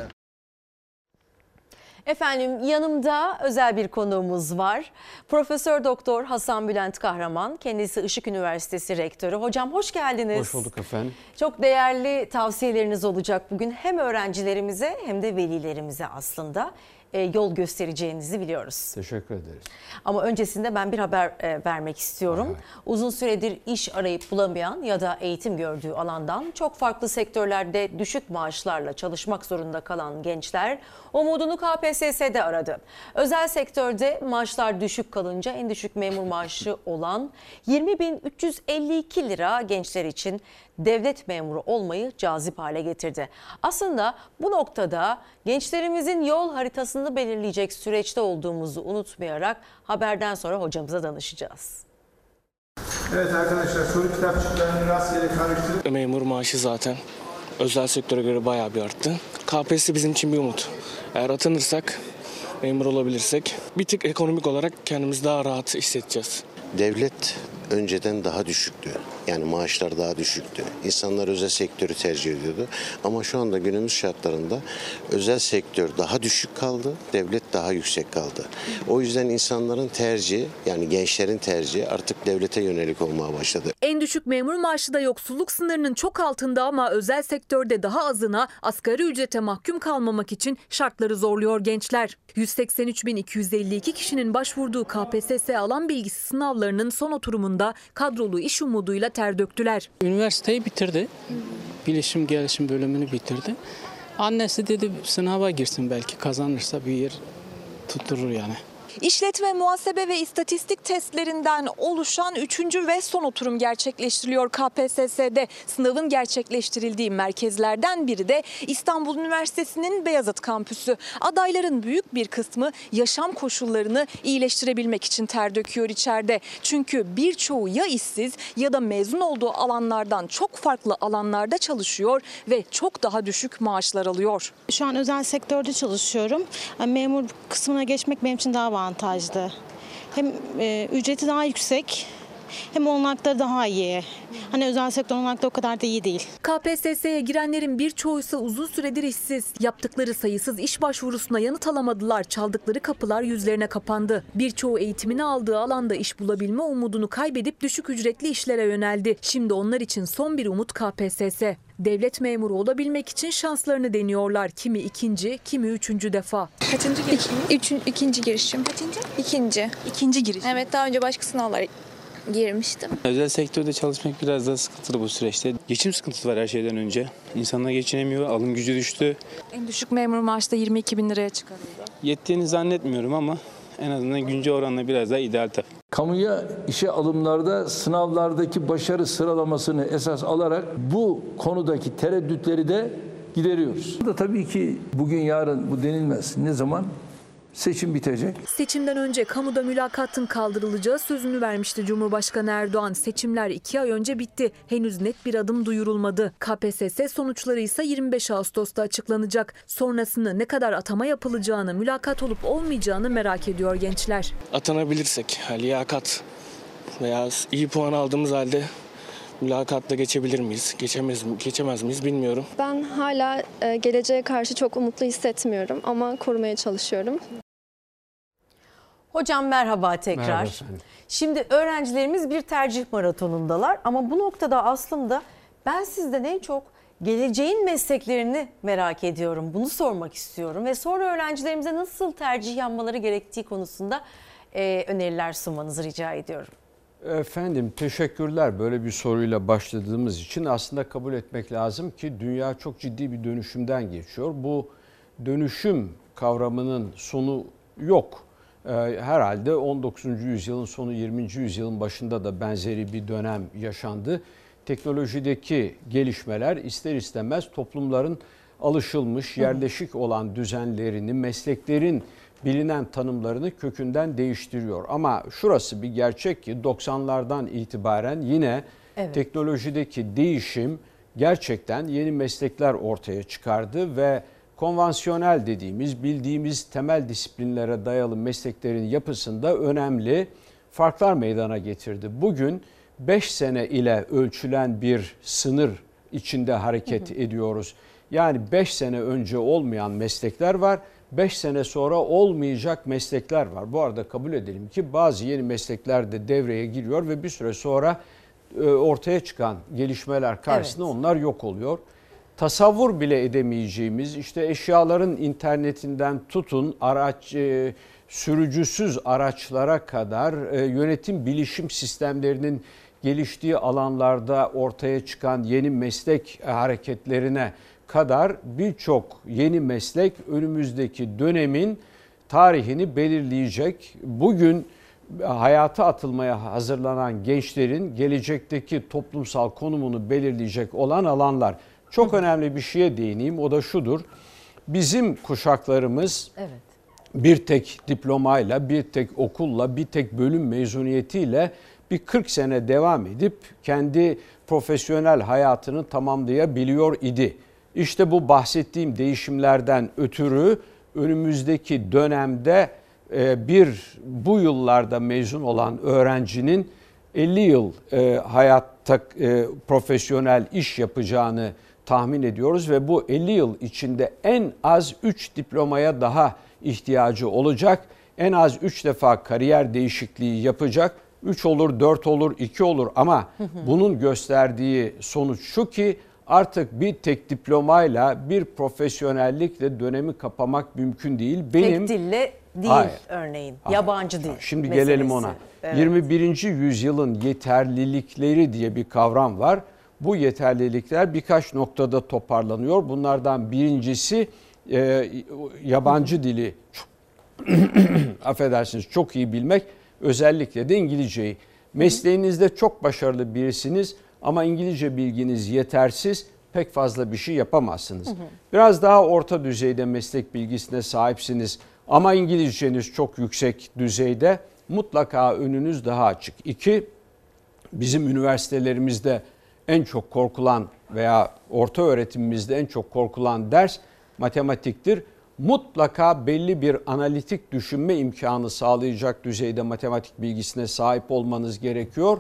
Efendim yanımda özel bir konuğumuz var. Profesör Doktor Hasan Bülent Kahraman. Kendisi Işık Üniversitesi Rektörü. Hocam hoş geldiniz. Hoş bulduk efendim. Çok değerli tavsiyeleriniz olacak bugün hem öğrencilerimize hem de velilerimize aslında. yol göstereceğinizi biliyoruz. Teşekkür ederiz. Ama öncesinde ben bir haber vermek istiyorum. Evet. Uzun süredir iş arayıp bulamayan ya da eğitim gördüğü alandan çok farklı sektörlerde düşük maaşlarla çalışmak zorunda kalan gençler umudunu KPSS'de aradı. Özel sektörde maaşlar düşük kalınca en düşük memur maaşı olan 20.352 lira gençler için devlet memuru olmayı cazip hale getirdi. Aslında bu noktada gençlerimizin yol haritasını belirleyecek süreçte olduğumuzu unutmayarak haberden sonra hocamıza danışacağız. Evet arkadaşlar, soru kitapçıklarını rastgele karıştırıp... Memur maaşı zaten özel sektöre göre bayağı bir arttı. KPSS bizim için bir umut. Eğer atanırsak, memur olabilirsek bir tık ekonomik olarak kendimizi daha rahat hissedeceğiz. Devlet önceden daha düşüktü. Yani maaşlar daha düşüktü. İnsanlar özel sektörü tercih ediyordu. Ama şu anda günümüz şartlarında özel sektör daha düşük kaldı, devlet daha yüksek kaldı. O yüzden insanların tercihi, yani gençlerin tercihi artık devlete yönelik olmaya başladı. En düşük memur maaşı da yoksulluk sınırının çok altında ama özel sektörde daha azına, asgari ücrete mahkum kalmamak için şartları zorluyor gençler. 183.252 kişinin başvurduğu KPSS alan bilgisi sınavlarının son oturumunda kadrolu iş umuduyla ter döktüler. Üniversiteyi bitirdi. Bilişim gelişim bölümünü bitirdi. Annesi dedi sınava girsin, belki kazanırsa bir yer tutturur yani. İşletme, muhasebe ve istatistik testlerinden oluşan 3. ve son oturum gerçekleştiriliyor KPSS'de. Sınavın gerçekleştirildiği merkezlerden biri de İstanbul Üniversitesi'nin Beyazıt kampüsü. Adayların büyük bir kısmı yaşam koşullarını iyileştirebilmek için ter döküyor içeride. Çünkü birçoğu ya işsiz ya da mezun olduğu alanlardan çok farklı alanlarda çalışıyor ve çok daha düşük maaşlar alıyor. Şu an özel sektörde çalışıyorum. Memur kısmına geçmek benim için daha avantajlı. Hem ücreti daha yüksek hem olanakları daha iyi. Hani özel sektör olanakları o kadar da iyi değil. KPSS'ye girenlerin birçoğu ise uzun süredir işsiz. Yaptıkları sayısız iş başvurusuna yanıt alamadılar. Çaldıkları kapılar yüzlerine kapandı. Birçoğu eğitimini aldığı alanda iş bulabilme umudunu kaybedip düşük ücretli işlere yöneldi. Şimdi onlar için son bir umut KPSS. Devlet memuru olabilmek için şanslarını deniyorlar. Kimi ikinci, kimi üçüncü defa. Kaçıncı girişim? İkinci girişim. Kaçıncı? İkinci. İkinci girişim. Evet, daha önce başka sınavlara girmiştim. Özel sektörde çalışmak biraz daha sıkıntılı bu süreçte. Geçim sıkıntısı var her şeyden önce. İnsanlar geçinemiyor, alım gücü düştü. En düşük memur maaşı da 22.000 liraya çıkarıldı. Yettiğini zannetmiyorum ama en azından güncel oranla biraz daha ideal tabii. Kamuya işe alımlarda sınavlardaki başarı sıralamasını esas alarak bu konudaki tereddütleri de gideriyoruz. Bu da tabii ki bugün yarın bu denilmez. Ne zaman? Seçim bitecek. Seçimden önce kamuda mülakatın kaldırılacağı sözünü vermişti Cumhurbaşkanı Erdoğan. Seçimler 2 ay önce bitti. Henüz net bir adım duyurulmadı. KPSS sonuçları ise 25 Ağustos'ta açıklanacak. Sonrasında ne kadar atama yapılacağını, mülakat olup olmayacağını merak ediyor gençler. Atanabilirsek, liyakat veya iyi puan aldığımız halde mülakatla geçebilir miyiz? Geçemez miyiz bilmiyorum. Ben hala geleceğe karşı çok umutlu hissetmiyorum ama korumaya çalışıyorum. Hocam merhaba tekrar. Merhaba. Şimdi öğrencilerimiz bir tercih maratonundalar ama bu noktada aslında ben sizden en çok geleceğin mesleklerini merak ediyorum. Bunu sormak istiyorum ve sonra öğrencilerimize nasıl tercih yapmaları gerektiği konusunda öneriler sunmanızı rica ediyorum. Efendim teşekkürler böyle bir soruyla başladığımız için. Aslında kabul etmek lazım ki dünya çok ciddi bir dönüşümden geçiyor. Bu dönüşüm kavramının sonu yok. Herhalde 19. yüzyılın sonu 20. yüzyılın başında da benzeri bir dönem yaşandı. Teknolojideki gelişmeler ister istemez toplumların alışılmış, yerleşik olan düzenlerini, mesleklerin bilinen tanımlarını kökünden değiştiriyor. Ama şurası bir gerçek ki 90'lardan itibaren yine teknolojideki değişim gerçekten yeni meslekler ortaya çıkardı ve konvansiyonel dediğimiz, bildiğimiz temel disiplinlere dayalı mesleklerin yapısında önemli farklar meydana getirdi. Bugün 5 sene ile ölçülen bir sınır içinde hareket ediyoruz. Yani 5 sene önce olmayan meslekler var. 5 sene sonra olmayacak meslekler var. Bu arada kabul edelim ki bazı yeni meslekler de devreye giriyor ve bir süre sonra ortaya çıkan gelişmeler karşısında onlar yok oluyor. tasavvur bile edemeyeceğimiz, işte eşyaların internetinden tutun sürücüsüz araçlara kadar yönetim bilişim sistemlerinin geliştiği alanlarda ortaya çıkan yeni meslek hareketlerine kadar birçok yeni meslek önümüzdeki dönemin tarihini belirleyecek. Bugün hayata atılmaya hazırlanan gençlerin gelecekteki toplumsal konumunu belirleyecek olan alanlar. Çok önemli bir şeye değineyim, o da şudur. Bizim kuşaklarımız bir tek diplomayla, bir tek okulla, bir tek bölüm mezuniyetiyle bir 40 sene devam edip kendi profesyonel hayatını tamamlayabiliyor idi. İşte bu bahsettiğim değişimlerden ötürü önümüzdeki dönemde bu yıllarda mezun olan öğrencinin 50 yıl hayatta profesyonel iş yapacağını tahmin ediyoruz ve bu 50 yıl içinde en az 3 diplomaya daha ihtiyacı olacak. En az 3 defa kariyer değişikliği yapacak. 3 olur, 4 olur, 2 olur ama bunun gösterdiği sonuç şu ki artık bir tek diplomayla, bir profesyonellikle dönemi kapamak mümkün değil. Tek dille değil örneğin, yabancı dil Şimdi meselesi. gelelim ona. Evet. 21. yüzyılın yeterlilikleri diye bir kavram var. Bu yeterlilikler birkaç noktada toparlanıyor. Bunlardan birincisi yabancı dili affedersiniz çok iyi bilmek, özellikle de İngilizceyi. Mesleğinizde çok başarılı birisiniz ama İngilizce bilginiz yetersiz, pek fazla bir şey yapamazsınız. Biraz daha orta düzeyde meslek bilgisine sahipsiniz ama İngilizceniz çok yüksek düzeyde, mutlaka önünüz daha açık. 2, bizim üniversitelerimizde en çok korkulan veya orta öğretimimizde en çok korkulan ders matematiktir. Mutlaka belli bir analitik düşünme imkanı sağlayacak düzeyde matematik bilgisine sahip olmanız gerekiyor.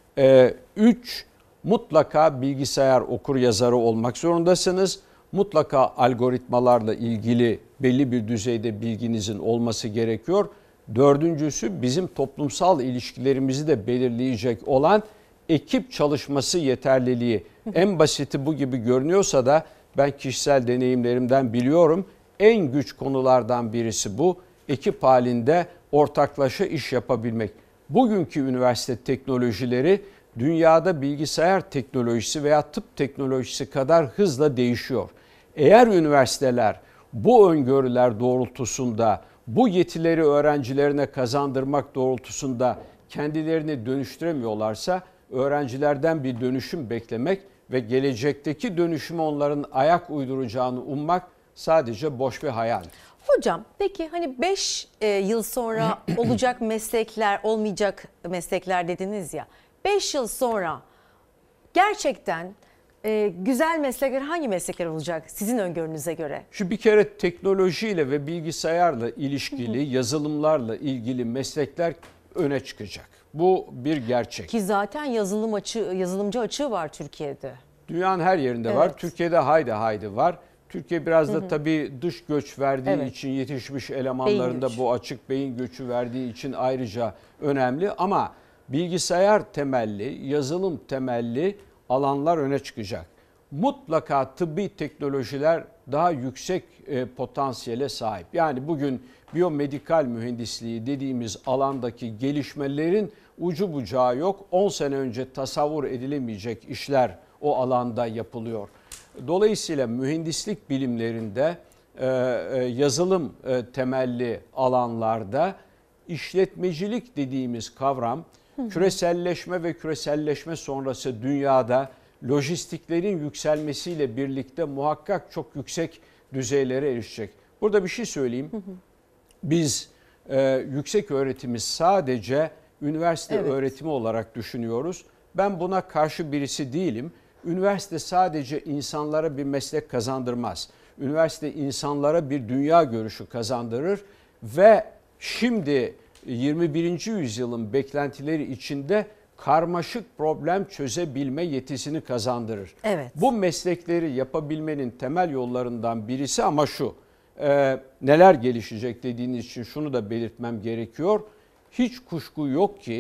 3, mutlaka bilgisayar okuryazarı olmak zorundasınız. Mutlaka algoritmalarla ilgili belli bir düzeyde bilginizin olması gerekiyor. 4'üncüsü bizim toplumsal ilişkilerimizi de belirleyecek olan ekip çalışması yeterliliği. En basiti bu gibi görünüyorsa da ben kişisel deneyimlerimden biliyorum. En güç konulardan birisi bu. Ekip halinde ortaklaşa iş yapabilmek. Bugünkü üniversite teknolojileri dünyada bilgisayar teknolojisi veya tıp teknolojisi kadar hızla değişiyor. Eğer üniversiteler bu öngörüler doğrultusunda, bu yetileri öğrencilerine kazandırmak doğrultusunda kendilerini dönüştüremiyorlarsa öğrencilerden bir dönüşüm beklemek ve gelecekteki dönüşüme onların ayak uyduracağını ummak sadece boş bir hayal. Hocam peki hani 5 yıl sonra olacak meslekler, olmayacak meslekler dediniz ya. 5 yıl sonra gerçekten güzel meslekler, hangi meslekler olacak sizin öngörünüze göre? Şu bir kere teknolojiyle ve bilgisayarla ilişkili, yazılımlarla ilgili meslekler öne çıkacak. Bu bir gerçek. Ki zaten yazılımcı açığı var Türkiye'de. Dünyanın her yerinde var. Türkiye'de haydi var. Türkiye biraz da tabii dış göç verdiği için, yetişmiş elemanlarında bu açık beyin göçü verdiği için ayrıca önemli. Ama bilgisayar temelli, yazılım temelli alanlar öne çıkacak. Mutlaka tıbbi teknolojiler daha yüksek potansiyele sahip. Yani bugün biyomedikal mühendisliği dediğimiz alandaki gelişmelerin ucu bucağı yok. 10 sene önce tasavvur edilemeyecek işler o alanda yapılıyor. Dolayısıyla mühendislik bilimlerinde, yazılım temelli alanlarda işletmecilik dediğimiz kavram, küreselleşme ve küreselleşme sonrası dünyada lojistiklerin yükselmesiyle birlikte muhakkak çok yüksek düzeylere erişecek. Burada bir şey söyleyeyim. Biz yüksek öğretimi sadece üniversite öğretimi olarak düşünüyoruz. Ben buna karşı birisi değilim. Üniversite sadece insanlara bir meslek kazandırmaz. Üniversite insanlara bir dünya görüşü kazandırır ve şimdi 21. yüzyılın beklentileri içinde karmaşık problem çözebilme yetisini kazandırır. Bu meslekleri yapabilmenin temel yollarından birisi ama şu, neler gelişecek dediğiniz için şunu da belirtmem gerekiyor. Hiç kuşku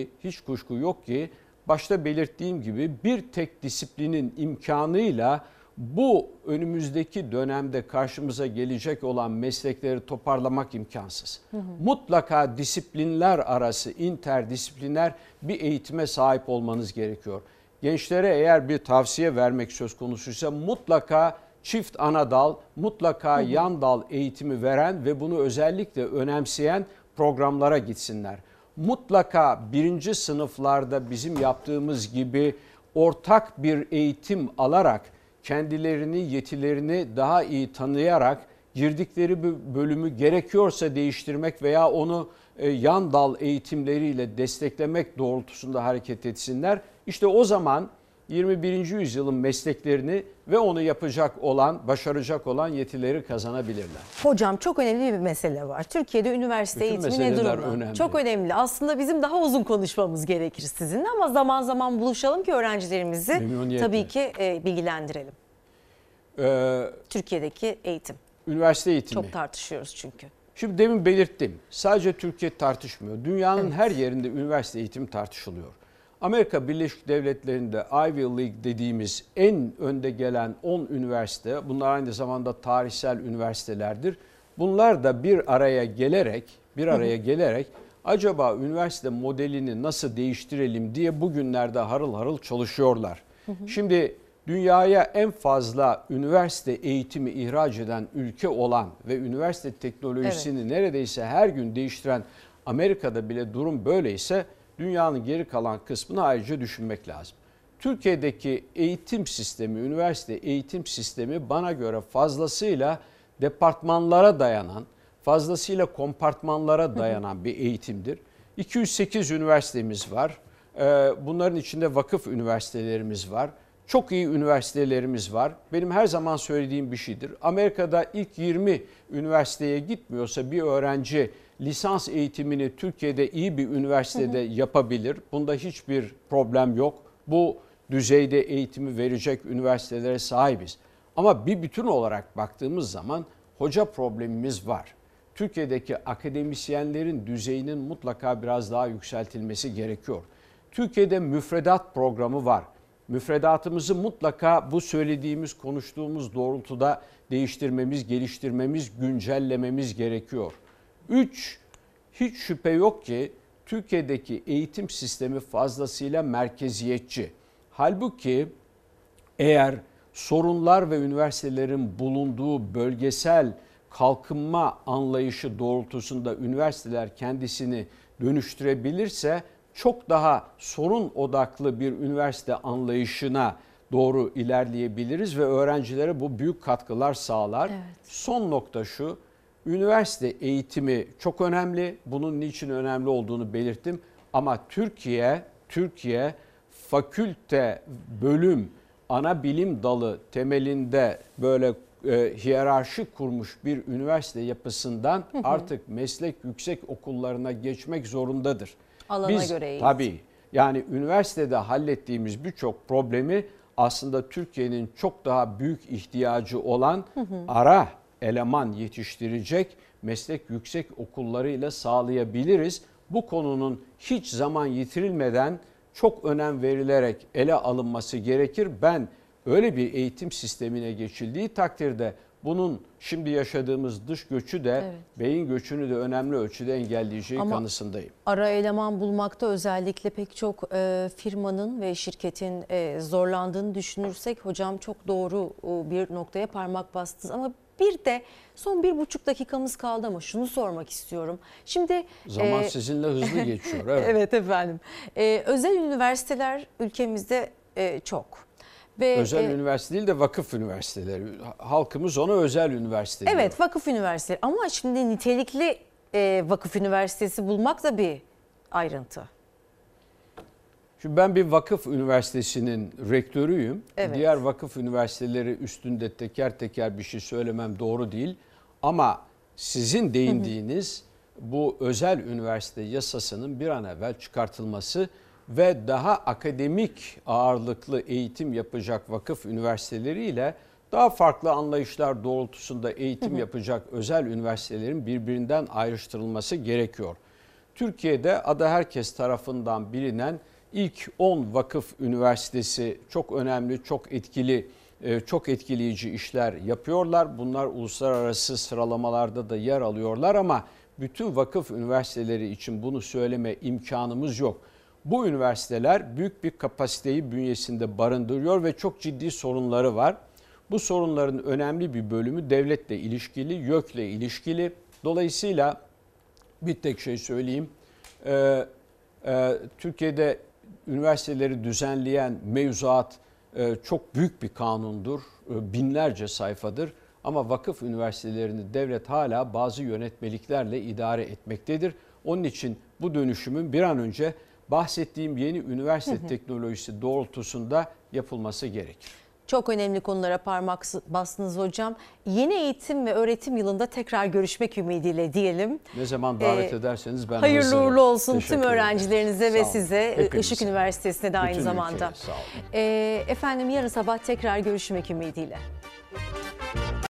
yok ki başta belirttiğim gibi bir tek disiplinin imkanıyla Bu önümüzdeki dönemde karşımıza gelecek olan meslekleri toparlamak imkansız. Mutlaka disiplinler arası, interdisipliner bir eğitime sahip olmanız gerekiyor. Gençlere eğer bir tavsiye vermek söz konusuysa mutlaka çift ana dal, mutlaka yan dal eğitimi veren ve bunu özellikle önemseyen programlara gitsinler. Mutlaka birinci sınıflarda bizim yaptığımız gibi ortak bir eğitim alarak kendilerini, yetilerini daha iyi tanıyarak girdikleri bir bölümü gerekiyorsa değiştirmek veya onu yan dal eğitimleriyle desteklemek doğrultusunda hareket etsinler. İşte o zaman 21. yüzyılın mesleklerini ve onu yapacak olan, başaracak olan yetileri kazanabilirler. Hocam çok önemli bir mesele var. Türkiye'de üniversite Bütün eğitimi ne meseleler durumda? önemli. Çok önemli. Aslında bizim daha uzun konuşmamız gerekir sizinle ama zaman zaman buluşalım ki öğrencilerimizi tabii ki bilgilendirelim. Türkiye'deki eğitim. Üniversite eğitimi. Çok tartışıyoruz çünkü. Şimdi demin belirttim. Sadece Türkiye tartışmıyor. Dünyanın her yerinde üniversite eğitimi tartışılıyor. Amerika Birleşik Devletleri'nde Ivy League dediğimiz en önde gelen 10 üniversite, bunlar aynı zamanda tarihsel üniversitelerdir. Bunlar da bir araya gelerek acaba üniversite modelini nasıl değiştirelim diye bugünlerde harıl harıl çalışıyorlar. Şimdi dünyaya en fazla üniversite eğitimi ihraç eden ülke olan ve üniversite teknolojisini neredeyse her gün değiştiren Amerika'da bile durum böyleyse dünyanın geri kalan kısmını ayrıca düşünmek lazım. Türkiye'deki eğitim sistemi, üniversite eğitim sistemi bana göre fazlasıyla departmanlara dayanan, fazlasıyla kompartmanlara dayanan bir eğitimdir. 208 üniversitemiz var. Bunların içinde vakıf üniversitelerimiz var. Çok iyi üniversitelerimiz var. Benim her zaman söylediğim bir şeydir. Amerika'da ilk 20 üniversiteye gitmiyorsa bir öğrenci lisans eğitimini Türkiye'de iyi bir üniversitede yapabilir. Bunda hiçbir problem yok. Bu düzeyde eğitimi verecek üniversitelere sahibiz. Ama bir bütün olarak baktığımız zaman hoca problemimiz var. Türkiye'deki akademisyenlerin düzeyinin mutlaka biraz daha yükseltilmesi gerekiyor. Türkiye'de müfredat programı var. Müfredatımızı mutlaka bu söylediğimiz, konuştuğumuz doğrultuda değiştirmemiz, geliştirmemiz, güncellememiz gerekiyor. 3, hiç şüphe yok ki Türkiye'deki eğitim sistemi fazlasıyla merkeziyetçi. Halbuki eğer sorunlar ve üniversitelerin bulunduğu bölgesel kalkınma anlayışı doğrultusunda üniversiteler kendisini dönüştürebilirse çok daha sorun odaklı bir üniversite anlayışına doğru ilerleyebiliriz ve öğrencilere bu büyük katkılar sağlar. Evet. Son nokta şu, üniversite eğitimi çok önemli. Bunun niçin önemli olduğunu belirttim. Ama Türkiye fakülte, bölüm, ana bilim dalı temelinde böyle hiyerarşi kurmuş bir üniversite yapısından artık meslek yüksek okullarına geçmek zorundadır. Alana göre eğitim. Tabii yani üniversitede hallettiğimiz birçok problemi aslında Türkiye'nin çok daha büyük ihtiyacı olan ara eleman yetiştirecek meslek yüksek okullarıyla sağlayabiliriz. Bu konunun hiç zaman yitirilmeden çok önem verilerek ele alınması gerekir. Ben öyle bir eğitim sistemine geçildiği takdirde bunun şimdi yaşadığımız dış göçü de beyin göçünü de önemli ölçüde engelleyeceği kanısındayım. Ara eleman bulmakta özellikle pek çok firmanın ve şirketin zorlandığını düşünürsek hocam çok doğru bir noktaya parmak bastınız. Ama bir de son 1,5 dakikamız kaldı ama şunu sormak istiyorum. Şimdi zaman sizinle hızlı geçiyor. Evet, evet efendim. Özel üniversiteler ülkemizde çok. Ve, özel üniversite değil de vakıf üniversiteleri. Halkımız ona özel üniversite diyor. Evet, vakıf üniversiteleri ama şimdi nitelikli vakıf üniversitesi bulmak da bir ayrıntı. Şimdi ben bir vakıf üniversitesinin rektörüyüm. Evet. Diğer vakıf üniversiteleri üstünde teker teker bir şey söylemem doğru değil. Ama sizin değindiğiniz bu özel üniversite yasasının bir an evvel çıkartılması ve daha akademik ağırlıklı eğitim yapacak vakıf üniversiteleriyle daha farklı anlayışlar doğrultusunda eğitim yapacak özel üniversitelerin birbirinden ayrıştırılması gerekiyor. Türkiye'de adı herkes tarafından bilinen ilk 10 vakıf üniversitesi çok önemli, çok etkili çok etkileyici işler yapıyorlar. Bunlar uluslararası sıralamalarda da yer alıyorlar ama bütün vakıf üniversiteleri için bunu söyleme imkanımız yok. Bu üniversiteler büyük bir kapasiteyi bünyesinde barındırıyor ve çok ciddi sorunları var. Bu sorunların önemli bir bölümü devletle ilişkili, YÖK'le ilişkili. Dolayısıyla bir tek şey söyleyeyim. Türkiye'de üniversiteleri düzenleyen mevzuat çok büyük bir kanundur, binlerce sayfadır. Ama vakıf üniversitelerini devlet hala bazı yönetmeliklerle idare etmektedir. Onun için bu dönüşümün bir an önce bahsettiğim yeni üniversite teknolojisi doğrultusunda yapılması gerekir. Çok önemli konulara parmak bastınız hocam. Yeni eğitim ve öğretim yılında tekrar görüşmek ümidiyle diyelim. Ne zaman davet ederseniz ben hayırlı hazırım. uğurlu olsun Teşekkür tüm öğrencilerinize ve size, Hepinize. Işık Üniversitesi'ne de aynı Bütün zamanda. ülkeye sağ olun. Efendim yarın sabah tekrar görüşmek ümidiyle.